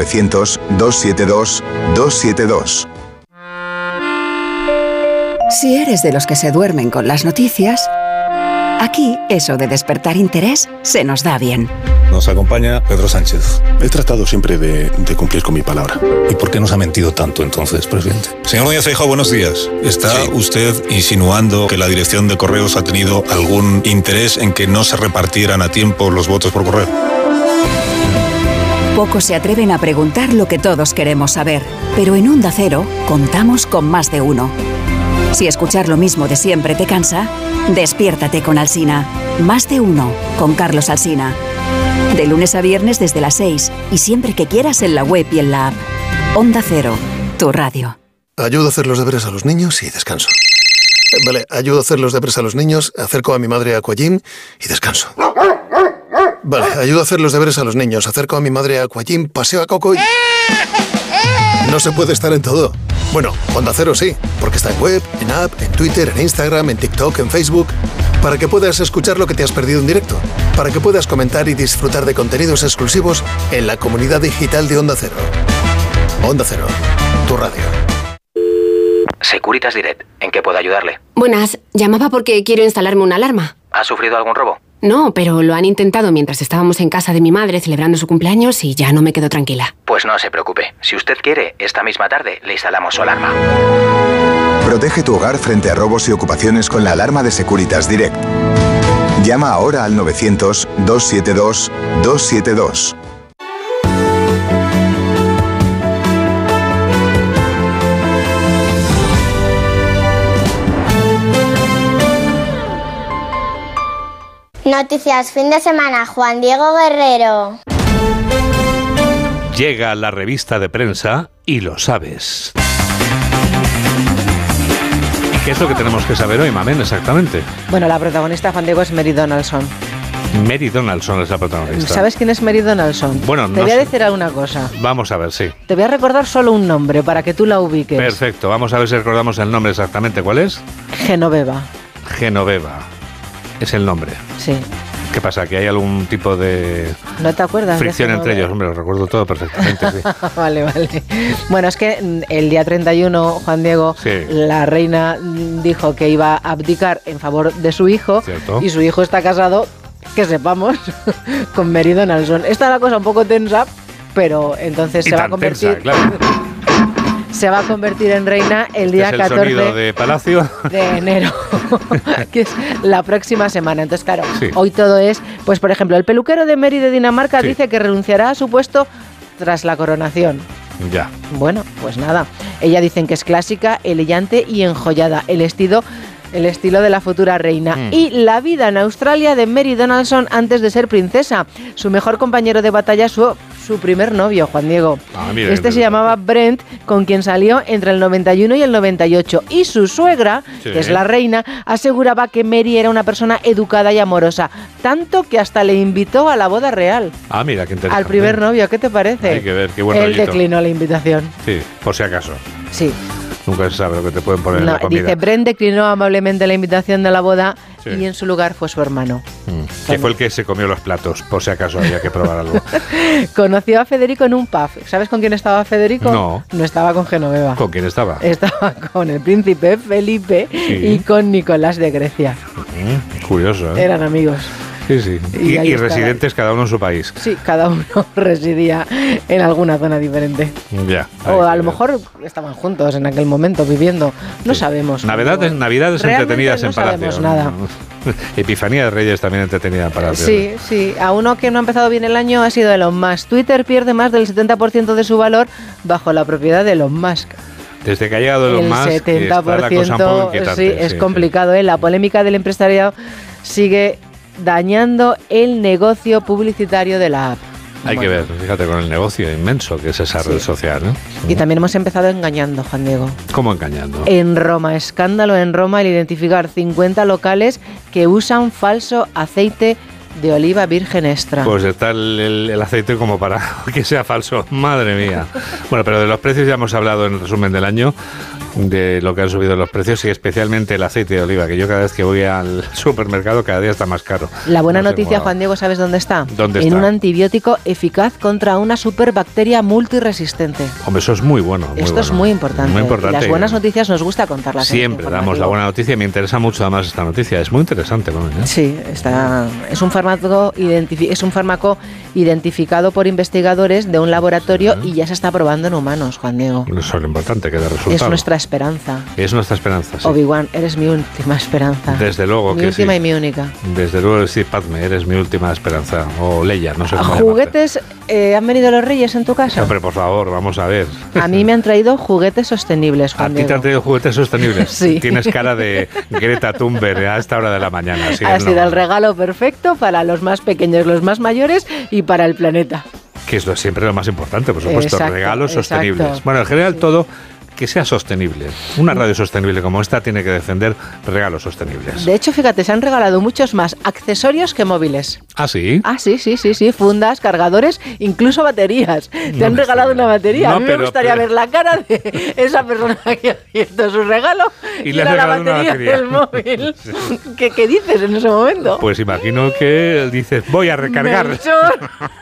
900-272-272. Si eres de los que se duermen con las noticias, aquí eso de despertar interés se nos da bien. Nos acompaña Pedro Sánchez. He tratado siempre de cumplir con mi palabra. ¿Y por qué nos ha mentido tanto entonces, presidente? Señor Núñez Feijóo, buenos días. ¿Está usted insinuando que la dirección de Correos ha tenido algún interés en que no se repartieran a tiempo los votos por correo? Pocos se atreven a preguntar lo que todos queremos saber, pero en Onda Cero contamos con más de uno. Si escuchar lo mismo de siempre te cansa, despiértate con Alsina. Más de uno con Carlos Alsina. De lunes a viernes desde las 6 y siempre que quieras en la web y en la app. Onda Cero, tu radio. Ayudo a hacer los deberes a los niños y descanso. Vale, ayudo a hacer los deberes a los niños, acerco a mi madre a Aquagym y descanso. Vale, ayudo a hacer los deberes a los niños, acerco a mi madre a Aquagym, paseo a Coco y... No se puede estar en todo. Bueno, Onda Cero sí, porque está en web, en app, en Twitter, en Instagram, en TikTok, en Facebook, para que puedas escuchar lo que te has perdido en directo, para que puedas comentar y disfrutar de contenidos exclusivos en la comunidad digital de Onda Cero. Onda Cero, tu radio. Securitas Direct, ¿en qué puedo ayudarle? Buenas, llamaba porque quiero instalarme una alarma. ¿Ha sufrido algún robo? No, pero lo han intentado mientras estábamos en casa de mi madre celebrando su cumpleaños y ya no me quedo tranquila. Pues no se preocupe. Si usted quiere, esta misma tarde le instalamos su alarma. Protege tu hogar frente a robos y ocupaciones con la alarma de Securitas Direct. Llama ahora al 900-272-272. Noticias fin de semana, Juan Diego Guerrero. Llega la revista de prensa y lo sabes. ¿Qué es lo que tenemos que saber hoy, Mamen, exactamente? Bueno, la protagonista, Juan Diego, es Mary Donaldson. Mary Donaldson es la protagonista. ¿Sabes quién es Mary Donaldson? Bueno, te voy a decir alguna cosa. Vamos a ver, sí. Te voy a recordar solo un nombre para que tú la ubiques. Perfecto, vamos a ver si recordamos el nombre exactamente. ¿Cuál es? Genoveva. Genoveva. Es el nombre. Sí. ¿Qué pasa? ¿Que hay algún tipo de ¿No te acuerdas fricción entre ellos? Hombre, lo recuerdo todo perfectamente, sí. Vale. Bueno, es que el día 31, Juan Diego, sí, la reina dijo que iba a abdicar en favor de su hijo. ¿Cierto? Y su hijo está casado, que sepamos, con Mary Donaldson. Está la cosa un poco tensa, pero entonces se va a convertir... Tensa, claro. Se va a convertir en reina el día 14 sonido de Palacio de enero, que es la próxima semana. Entonces, claro, sí, hoy todo es, pues por ejemplo, el peluquero de Mary de Dinamarca dice que renunciará a su puesto tras la coronación. Ya. Bueno, pues nada. Ella dicen que es clásica, elegante y enjollada. El estilo de la futura reina. Y la vida en Australia de Mary Donaldson antes de ser princesa. Su mejor compañero de batalla su primer novio, Juan Diego. Mira, se llamaba Brent, con quien salió entre el 91 y el 98. Y su suegra, que es la reina, aseguraba que Mary era una persona educada y amorosa, tanto que hasta le invitó a la boda real. Mira, qué interesante. Al primer novio, ¿qué te parece? Hay que ver, qué buen Él rollito. declinó la invitación. Sí, por si acaso. Sí. Nunca se sabe lo que te pueden poner en la comida. Dice, Brent declinó amablemente la invitación de la boda y en su lugar fue su hermano. Que fue el que se comió los platos, por si acaso había que probar algo. Conoció a Federico en un pub. ¿Sabes con quién estaba Federico? No. No estaba con Genoveva. ¿Con quién estaba? Estaba con el príncipe Felipe y con Nicolás de Grecia. Curioso, ¿eh? Eran amigos. Sí, sí. Y residentes cada uno en su país. Sí, cada uno residía en alguna zona diferente. Ya. O a lo mejor estaban juntos en aquel momento viviendo. No sabemos. Navidades entretenidas en Palacio. No sabemos nada. Epifanía de Reyes también entretenida en Palacio. Sí. A uno que no ha empezado bien el año ha sido Elon Musk. Twitter pierde más del 70% de su valor bajo la propiedad de Elon Musk. Desde que ha llegado Elon Musk, está la cosa un poco inquietante. Es complicado. La polémica del empresariado sigue dañando el negocio publicitario de la app. Hay que ver, fíjate, con el negocio inmenso que es esa red social, ¿no? Y también hemos empezado engañando, Juan Diego. ¿Cómo engañando? En Roma, escándalo en Roma al identificar 50 locales que usan falso aceite de oliva virgen extra. Pues está el aceite como para que sea falso. Madre mía. Bueno, pero de los precios ya hemos hablado en el resumen del año, de lo que han subido los precios y especialmente el aceite de oliva, que yo cada vez que voy al supermercado cada día está más caro. La buena noticia, Juan Diego, ¿sabes dónde está? ¿Dónde está? En un antibiótico eficaz contra una superbacteria multiresistente. Hombre, eso es muy bueno. Esto es muy importante. Muy importante. Las buenas noticias nos gusta contarlas. Siempre damos la buena noticia y me interesa mucho además esta noticia. Es muy interesante, ¿no? Sí, es un fármaco identificado por investigadores de un laboratorio y ya se está probando en humanos, Juan Diego. Eso es lo importante, que dé resultado. Es nuestra esperanza. Es nuestra esperanza, sí. Obi-Wan, eres mi última esperanza. Desde luego mi última y mi única. Desde luego, sí, Padme, eres mi última esperanza. O Leia, no sé cómo ¿Juguetes? ¿Han venido los Reyes en tu casa? Hombre, por favor, vamos a ver. A mí me han traído juguetes sostenibles, Juan Diego. ¿A ti te han traído juguetes sostenibles? Sí. Tienes cara de Greta Thunberg a esta hora de la mañana. Ha sido el regalo perfecto para los más pequeños, los más mayores y para el planeta. Que es siempre lo más importante, por supuesto, regalos sostenibles. Exacto. Bueno, en general todo que sea sostenible. Una radio sostenible como esta tiene que defender regalos sostenibles. De hecho, fíjate, se han regalado muchos más accesorios que móviles. ¿Ah, sí? Ah, sí, fundas, cargadores, incluso baterías. Te han regalado una batería. A mí me gustaría ver la cara de esa persona que ha abierto su regalo y era la batería del móvil. ¿Qué dices en ese momento? Pues imagino que dices, voy a recargar. Melchor,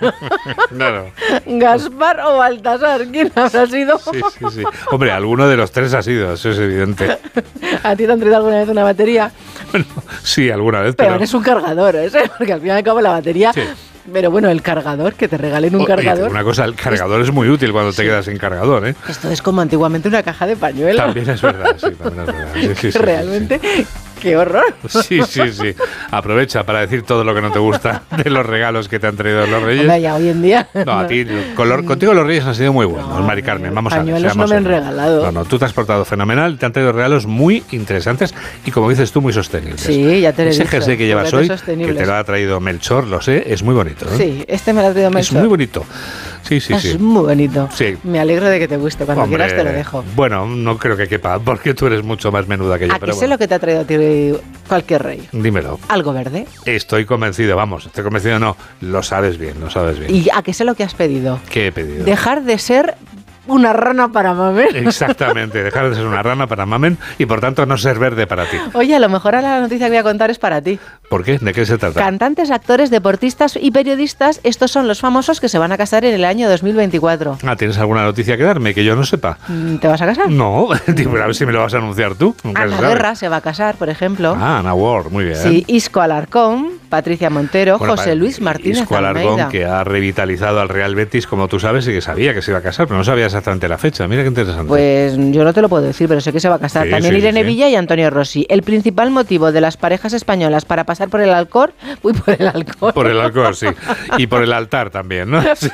claro. Gaspar o Baltasar, ¿quién habrá sido? Sí. Hombre, alguno de los tres ha sido, eso es evidente. ¿A ti te han traído alguna vez una batería? Bueno, sí, alguna vez. Pero eres un cargador, ¿eh? Porque al fin y al cabo la batería... Sí. Pero bueno, el cargador, que te regalen un cargador... Una cosa, el cargador es muy útil cuando te quedas sin cargador, ¿eh? Esto es como antiguamente una caja de pañuelos. También es verdad, sí, también es verdad. Realmente... ¡Qué horror! Sí. Aprovecha para decir todo lo que no te gusta de los regalos que te han traído los Reyes. Hombre, ya hoy en día... No, a ti, contigo los Reyes han sido muy buenos, Mari Carmen, vamos a ver. Pañuelos no me han regalado. No, tú te has portado fenomenal, te han traído regalos muy interesantes y, como dices tú, muy sostenibles. Sí, ya te lo he dicho. Ese jersey que llevas hoy, que te lo ha traído Melchor, lo sé, es muy bonito, ¿eh? Sí, este me lo ha traído Melchor. Es muy bonito. Sí. Es muy bonito. Sí. Me alegro de que te guste. Cuando quieras te lo dejo. Bueno, no creo que quepa, porque tú eres mucho más menuda que yo. ¿A qué sé lo que te ha traído a ti cualquier rey? Dímelo. ¿Algo verde? Estoy convencido, no, lo sabes bien. ¿Y a qué sé lo que has pedido? ¿Qué he pedido? Dejar de ser una rana para mamen. Exactamente, dejar de ser una rana para mamen y por tanto no ser verde para ti. Oye, a lo mejor ahora la noticia que voy a contar es para ti. ¿Por qué? ¿De qué se trata? Cantantes, actores, deportistas y periodistas, estos son los famosos que se van a casar en el año 2024. ¿Tienes alguna noticia que darme que yo no sepa? ¿Te vas a casar? No, a ver si me lo vas a anunciar tú. Ana Guerra se va a casar, por ejemplo. Ana Ward, muy bien. Sí, Isco Alarcón, Patricia Montero, José Luis Martínez Isco Alarcón, que ha revitalizado al Real Betis, como tú sabes, y que sabía que se iba a casar, pero no sabía exactamente la fecha. Mira qué interesante. Pues yo no te lo puedo decir, pero sé que se va a casar. También Irene Villa y Antonio Rossi. El principal motivo de las parejas españolas para pasar por el alcohol... por el alcohol. Por el alcohol, sí. Y por el altar también, ¿no? Sí.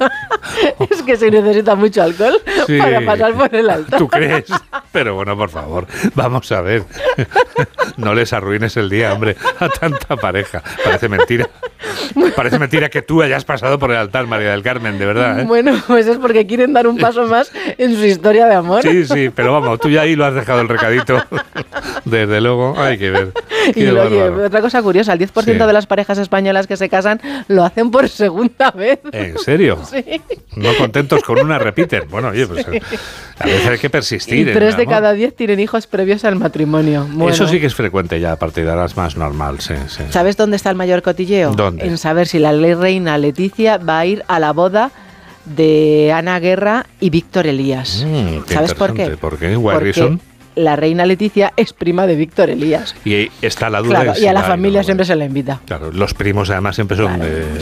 Es que se necesita mucho alcohol para pasar por el altar. ¿Tú crees? Pero bueno, por favor, vamos a ver. No les arruines el día, hombre, a tanta pareja. Parece mentira. Parece mentira que tú hayas pasado por el altar, María del Carmen, de verdad, ¿eh? Bueno, pues es porque quieren dar un paso más en su historia de amor. Sí, pero vamos, tú ya ahí lo has dejado el recadito. Desde luego, hay que ver. Y oye, otra cosa curiosa, el 10% de las parejas españolas que se casan lo hacen por segunda vez. ¿En serio? Sí. No contentos con una repiten. Bueno, oye, pues a veces hay que persistir. Y 3 de cada 10 tienen hijos previos al matrimonio. Bueno. Eso sí que es frecuente ya, a partir de ahora es más normal, sí. ¿Sabes dónde está el mayor cotilleo? ¿Dónde? En saber si la reina Leticia va a ir a la boda de Ana Guerra y Víctor Elías. ¿Sabes por qué? ¿Por qué? Why reason? La reina Leticia es prima de Víctor Elías. Y ahí está la duda. Claro, y a la familia siempre se la invita. Claro, los primos además siempre son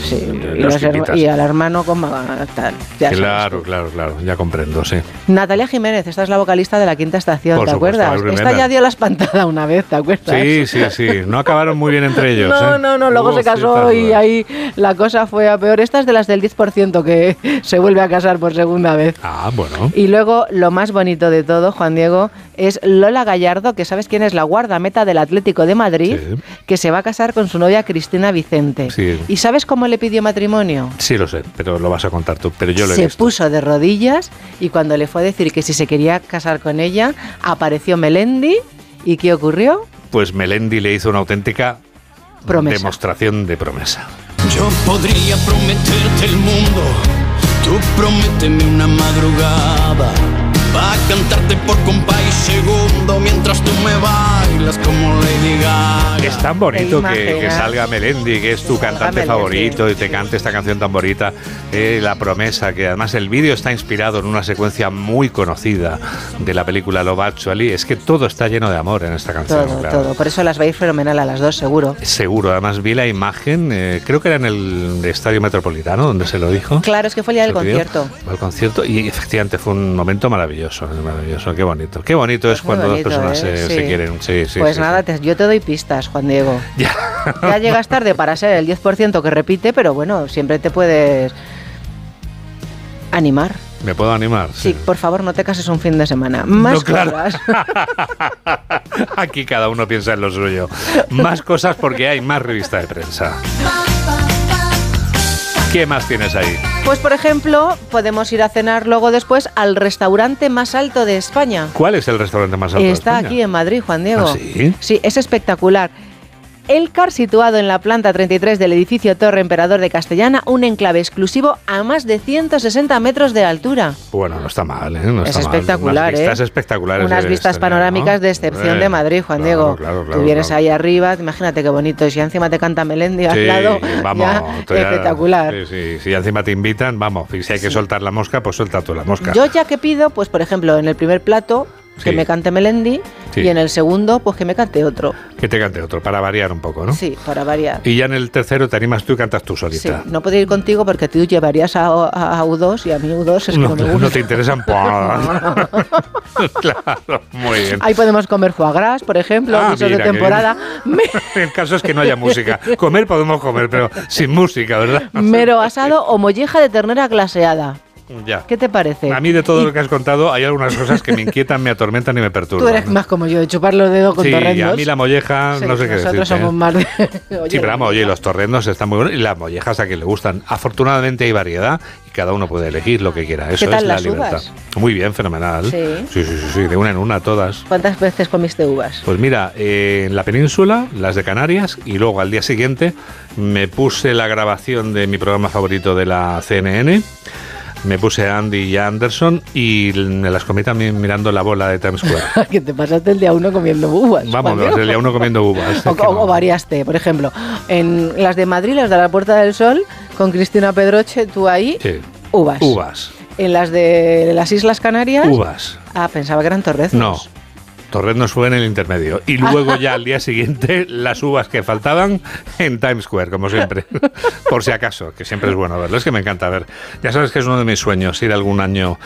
y al hermano como tal. Claro, ya comprendo, sí. Natalia Jiménez, esta es la vocalista de La Quinta Estación, Por ¿te supuesto, acuerdas? Esta ya dio la espantada una vez, ¿te acuerdas? Sí. No acabaron muy bien entre ellos. No, luego se casó y ahí la cosa fue a peor. Esta es de las del 10% que se vuelve a casar por segunda vez. Ah, bueno. Y luego, lo más bonito de todo, Juan Diego, es Lola Gallardo, que sabes quién es, la guardameta del Atlético de Madrid, que se va a casar con su novia Cristina Vicente. Sí. ¿Y sabes cómo le pidió matrimonio? Sí, lo sé, pero lo vas a contar tú, pero yo lo he visto. Se puso de rodillas y cuando le fue a decir que si se quería casar con ella, apareció Melendi. ¿Y qué ocurrió? Pues Melendi le hizo una auténtica demostración de promesa. Yo podría prometerte el mundo, tú prométeme una madrugada, va a cantarte por compás y segundo mientras tú me bailas como Lady Gaga. Es tan bonito que salga Melendi, que es tu cantante favorito, y te cante esta canción tan bonita, La Promesa, que además el vídeo está inspirado en una secuencia muy conocida de la película Love Actually. Es que todo está lleno de amor en esta canción. Todo. Por eso las va a ir fenomenal a las dos, seguro. Seguro. Además vi la imagen, creo que era en el Estadio Metropolitano, donde se lo dijo. Claro, es que fue el día del concierto. El concierto, y efectivamente fue un momento maravilloso. Qué bonito. Qué bonito es cuando dos personas se quieren. Sí, pues nada, yo te doy pistas, Juan Diego. Ya llegas tarde para ser el 10% que repite, pero bueno, siempre te puedes animar. ¿Me puedo animar? Sí, por favor, no te cases un fin de semana. Más cosas. Aquí cada uno piensa en lo suyo. Más cosas porque hay más revista de prensa. ¿Qué más tienes ahí? Pues, por ejemplo, podemos ir a cenar luego después al restaurante más alto de España. ¿Cuál es el restaurante más alto de España? Está aquí en Madrid, Juan Diego. ¿Ah, sí? Sí, es espectacular. El CAR, situado en la planta 33 del edificio Torre Emperador de Castellana, un enclave exclusivo a más de 160 metros de altura. Bueno, no está mal, ¿eh? No es está espectacular, mal. Unas vistas espectaculares. Unas vistas panorámicas, ¿no?, de excepción de Madrid, Juan Diego. Claro, tú vienes ahí arriba, imagínate qué bonito. Y si encima te canta Melendi al lado, espectacular. Sí. Si encima te invitan, vamos. Y si hay que soltar la mosca, pues suelta tú la mosca. Yo ya que pido, pues por ejemplo, en el primer plato, que me cante Melendi, y en el segundo, pues que me cante otro. Que te cante otro, para variar un poco, ¿no? Sí, para variar. Y ya en el tercero te animas tú y cantas tú solita. Sí, no podría ir contigo porque tú llevarías a U2 y a mí U2 es que no me gusta. No te interesan. Claro, muy bien. Ahí podemos comer foie gras, por ejemplo, guisos de temporada. El caso es que no haya música. Comer podemos comer, pero sin música, ¿verdad? Mero asado o molleja de ternera glaseada. Ya. ¿Qué te parece? A mí de todo lo que has contado hay algunas cosas que me inquietan, me atormentan y me perturban. Tú eres más como yo, de chupar los dedos con torrendos. Sí, a mí la molleja, no sé qué decirte. Nosotros somos más de... Sí, pero vamos, los torrendos están muy buenos y las mollejas a quien le gustan. Afortunadamente hay variedad y cada uno puede elegir lo que quiera. Eso ¿Qué tal es la las libertad. uvas? Muy bien, fenomenal. Sí, de una en una todas. ¿Cuántas veces comiste uvas? Pues mira, en la península, las de Canarias, y luego al día siguiente me puse la grabación de mi programa favorito de la CNN. Me puse a Andy y a Anderson y me las comí también mirando la bola de Times Square. Que te pasaste el día uno comiendo uvas. Vamos, el día uno comiendo uvas. O variaste, por ejemplo, en las de Madrid, las de la Puerta del Sol, con Cristina Pedroche, tú ahí, uvas. Uvas. En las de las Islas Canarias... Uvas. Ah, pensaba que eran torreznos. No. Torreznos fue en el intermedio. Y luego ya al día siguiente las uvas que faltaban en Times Square, como siempre. Por si acaso, que siempre es bueno verlo. Es que me encanta ver. Ya sabes que es uno de mis sueños, ir algún año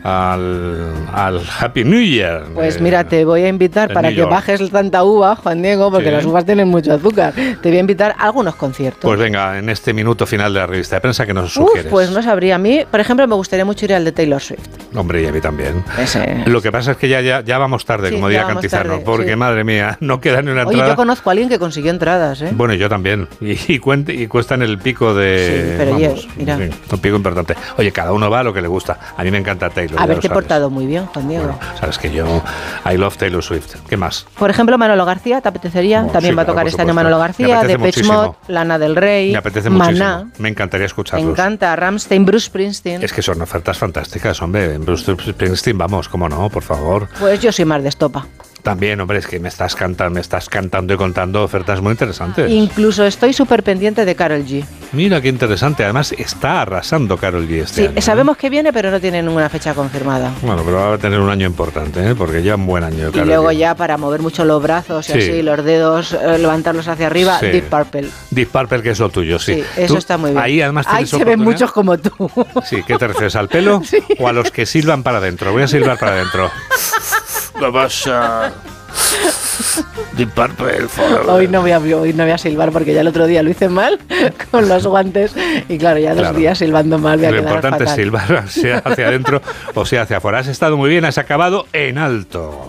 al Happy New Year. Pues mira, te voy a invitar para que bajes tanta uva, Juan Diego, porque las uvas tienen mucho azúcar. Te voy a invitar a algunos conciertos. Pues venga, en este minuto final de la revista de prensa, que nos sugieres. Pues no sabría. A mí, por ejemplo, me gustaría mucho ir al de Taylor Swift. Hombre, y a mí también. Ese. Lo que pasa es que ya vamos tarde, como diría Cantizano, porque madre mía, no queda ni una entrada. Oye, yo conozco a alguien que consiguió entradas, ¿eh? Bueno, yo también. Y cuestan el pico de... Sí, pero vamos, mira. Sí, un pico importante. Oye, cada uno va a lo que le gusta. A mí me encanta Taylor. Haberte portado muy bien, Juan Diego. Bueno, sabes que yo I love Taylor Swift. ¿Qué más? Por ejemplo, Manolo García, ¿te apetecería? Bueno, También sí, va a tocar claro, este año Manolo García, Depeche Mode, Lana del Rey, Me apetece Maná. muchísimo. Me encantaría escucharlos. Me encanta Rammstein, Bruce Springsteen. Es que son ofertas fantásticas, hombre. Bruce Springsteen, vamos, cómo no, por favor. Pues yo soy más de estopa. También, hombre, es que me estás cantando y contando ofertas muy interesantes. Incluso estoy súper pendiente de Karol G. Mira qué interesante. Además, está arrasando Karol G este año. Sabemos que viene, pero no tiene ninguna fecha confirmada. Bueno, pero va a tener un año importante, ¿eh? Porque ya un buen año. Y luego ya para mover mucho los brazos y así, los dedos, levantarlos hacia arriba, Sí. Deep Purple. Deep Purple, que es lo tuyo, sí. Sí, eso está muy bien. Ahí además Ahí tienes se ven oportunidad. muchos como tú. Sí, ¿qué te refieres? ¿Al pelo o a los que silban para adentro? Voy a silbar para adentro. Vamos a... Deep Purple forever. Hoy no voy a silbar porque ya el otro día lo hice mal con los guantes y claro, ya 2 días silbando mal voy a Lo quedar importante fatal. es silbar, sea hacia adentro o sea hacia afuera. Has estado muy bien, has acabado en alto.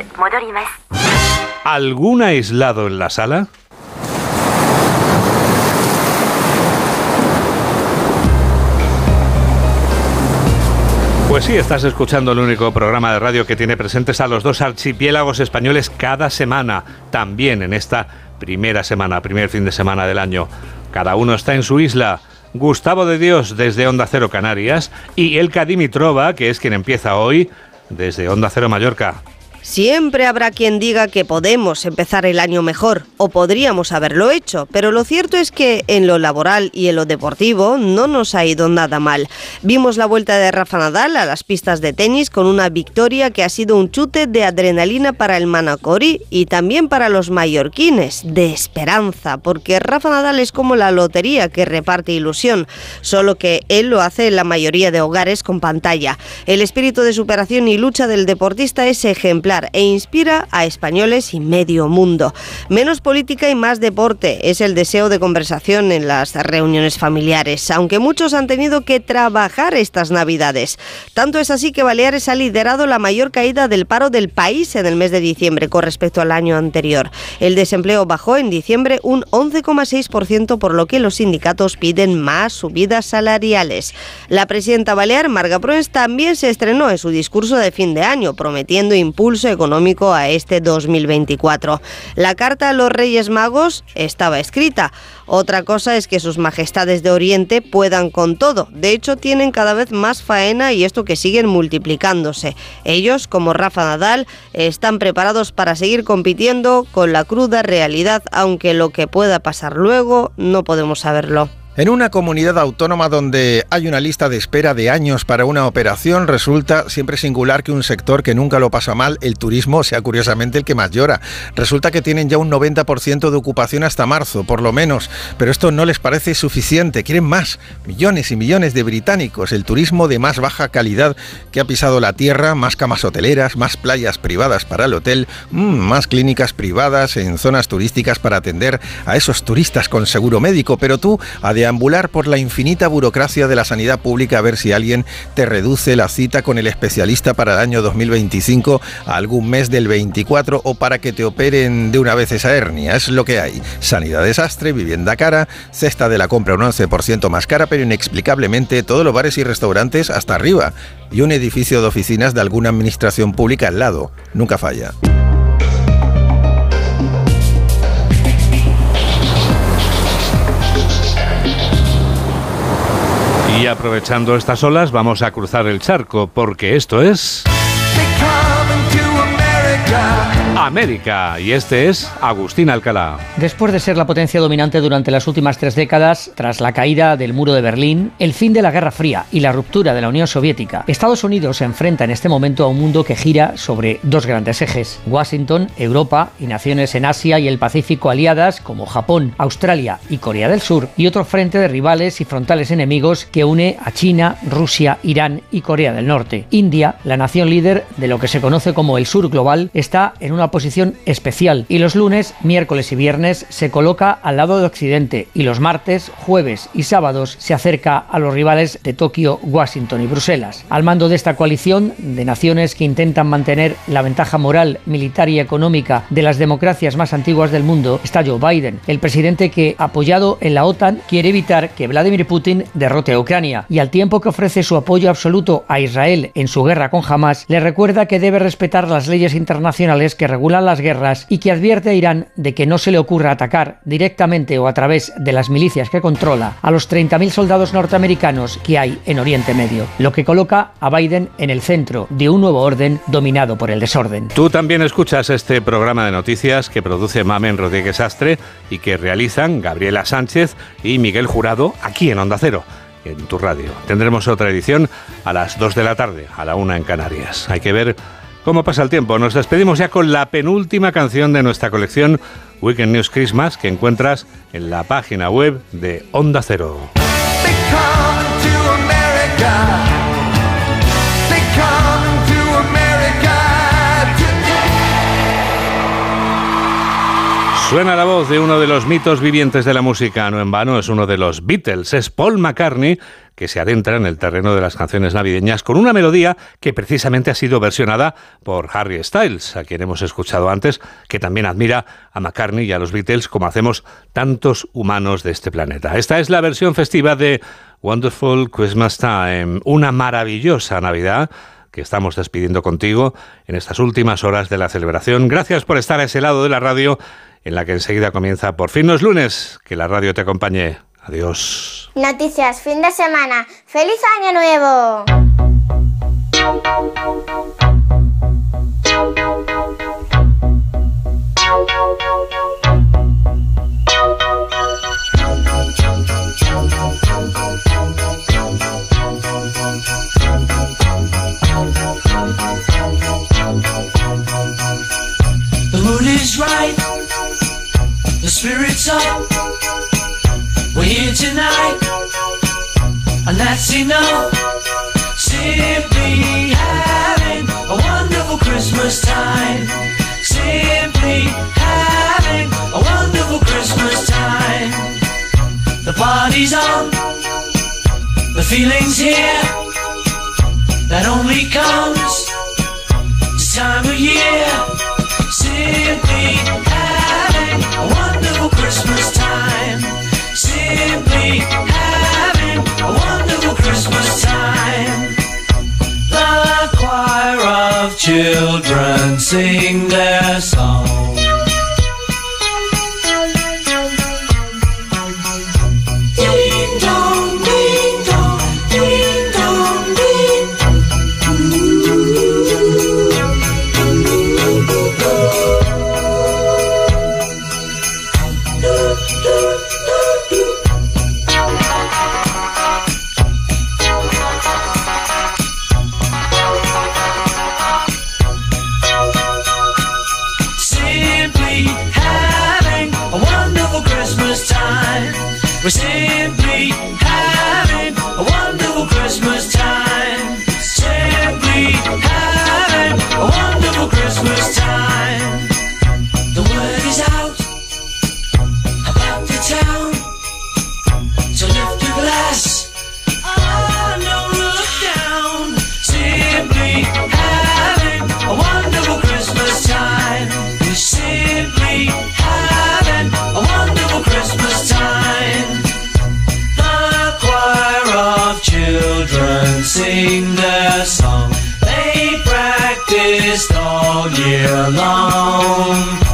¿Algún aislado en la sala? Pues sí, estás escuchando el único programa de radio que tiene presentes a los 2 archipiélagos españoles cada semana, también en esta primer fin de semana del año. Cada uno está en su isla. Gustavo de Dios desde Onda Cero Canarias y Elka Dimitrova, que es quien empieza hoy, desde Onda Cero Mallorca. Siempre habrá quien diga que podemos empezar el año mejor, o podríamos haberlo hecho, pero lo cierto es que en lo laboral y en lo deportivo no nos ha ido nada mal. Vimos la vuelta de Rafa Nadal a las pistas de tenis con una victoria que ha sido un chute de adrenalina para el Manacori y también para los mallorquines, de esperanza, porque Rafa Nadal es como la lotería que reparte ilusión, solo que él lo hace en la mayoría de hogares con pantalla. El espíritu de superación y lucha del deportista es ejemplar e inspira a españoles y medio mundo. Menos política y más deporte es el deseo de conversación en las reuniones familiares, aunque muchos han tenido que trabajar estas Navidades. Tanto es así que Baleares ha liderado la mayor caída del paro del país en el mes de diciembre con respecto al año anterior. El desempleo bajó en diciembre un 11,6%, por lo que los sindicatos piden más subidas salariales. La presidenta balear, Marga Proens, también se estrenó en su discurso de fin de año, prometiendo impulso económico a este 2024. La carta a los Reyes Magos estaba escrita. Otra cosa es que sus majestades de Oriente puedan con todo. De hecho, tienen cada vez más faena y esto que siguen multiplicándose. Ellos, como Rafa Nadal, están preparados para seguir compitiendo con la cruda realidad, aunque lo que pueda pasar luego no podemos saberlo. En una comunidad autónoma donde hay una lista de espera de años para una operación, resulta siempre singular que un sector que nunca lo pasa mal, el turismo, sea curiosamente el que más llora. Resulta que tienen ya un 90% de ocupación hasta marzo, por lo menos, pero esto no les parece suficiente, quieren más. Millones y millones de británicos, el turismo de más baja calidad que ha pisado la tierra, más camas hoteleras, más playas privadas para el hotel, más clínicas privadas en zonas turísticas para atender a esos turistas con seguro médico, pero tú, deambular por la infinita burocracia de la sanidad pública a ver si alguien te reduce la cita con el especialista para el año 2025 a algún mes del 24 o para que te operen de una vez esa hernia. Es lo que hay. Sanidad desastre, vivienda cara, cesta de la compra un 11% más cara, pero inexplicablemente todos los bares y restaurantes hasta arriba y un edificio de oficinas de alguna administración pública al lado. Nunca falla. Y aprovechando estas olas, vamos a cruzar el charco, porque esto es... América, y este es Agustín Alcalá. Después de ser la potencia dominante durante las últimas 3 décadas, tras la caída del muro de Berlín, el fin de la Guerra Fría y la ruptura de la Unión Soviética, Estados Unidos se enfrenta en este momento a un mundo que gira sobre 2 grandes ejes: Washington, Europa y naciones en Asia y el Pacífico aliadas como Japón, Australia y Corea del Sur, y otro frente de rivales y frontales enemigos que une a China, Rusia, Irán y Corea del Norte. India, la nación líder de lo que se conoce como el Sur global, está en una posición especial y los lunes, miércoles y viernes se coloca al lado de Occidente y los martes, jueves y sábados se acerca a los rivales de Tokio, Washington y Bruselas. Al mando de esta coalición de naciones que intentan mantener la ventaja moral, militar y económica de las democracias más antiguas del mundo está Joe Biden, el presidente que, apoyado en la OTAN, quiere evitar que Vladimir Putin derrote a Ucrania y al tiempo que ofrece su apoyo absoluto a Israel en su guerra con Hamas, le recuerda que debe respetar las leyes internacionales que regulan las guerras y que advierte a Irán de que no se le ocurra atacar directamente o a través de las milicias que controla a los 30.000 soldados norteamericanos que hay en Oriente Medio, lo que coloca a Biden en el centro de un nuevo orden dominado por el desorden. Tú también escuchas este programa de noticias que produce Mamen Rodríguez Astre y que realizan Gabriela Sánchez y Miguel Jurado aquí en Onda Cero, en tu radio. Tendremos otra edición a las 2 de la tarde, a la 1 en Canarias. Hay que ver cómo pasa el tiempo. Nos despedimos ya con la penúltima canción de nuestra colección Weekend News Christmas que encuentras en la página web de Onda Cero. Suena la voz de uno de los mitos vivientes de la música, no en vano es uno de los Beatles, es Paul McCartney, que se adentra en el terreno de las canciones navideñas con una melodía que precisamente ha sido versionada por Harry Styles, a quien hemos escuchado antes, que también admira a McCartney y a los Beatles como hacemos tantos humanos de este planeta. Esta es la versión festiva de Wonderful Christmas Time, una maravillosa Navidad que estamos despidiendo contigo en estas últimas horas de la celebración. Gracias por estar a ese lado de la radio, en la que enseguida comienza Por fin no es lunes. Que la radio te acompañe. Adiós. Noticias fin de semana. ¡Feliz Año Nuevo! The mood is right. The spirit's up, we're here tonight, and that's enough. Simply having a wonderful Christmas time. Simply having a wonderful Christmas time. The party's on, the feeling's here, that only comes this time of year. Simply having a wonderful Christmas time. Simply having a wonderful Christmas time. The choir of children sing their song. Ding dong, ding dong, ding dong, ding. We're simply having a wonderful Christmas time. Simply having a wonderful Christmas time. The word is out about the town, so lift your glass, oh, no, look down. Simply having a wonderful Christmas time. We're simply having a wonderful Christmas time. Children sing their song. They practiced all year long.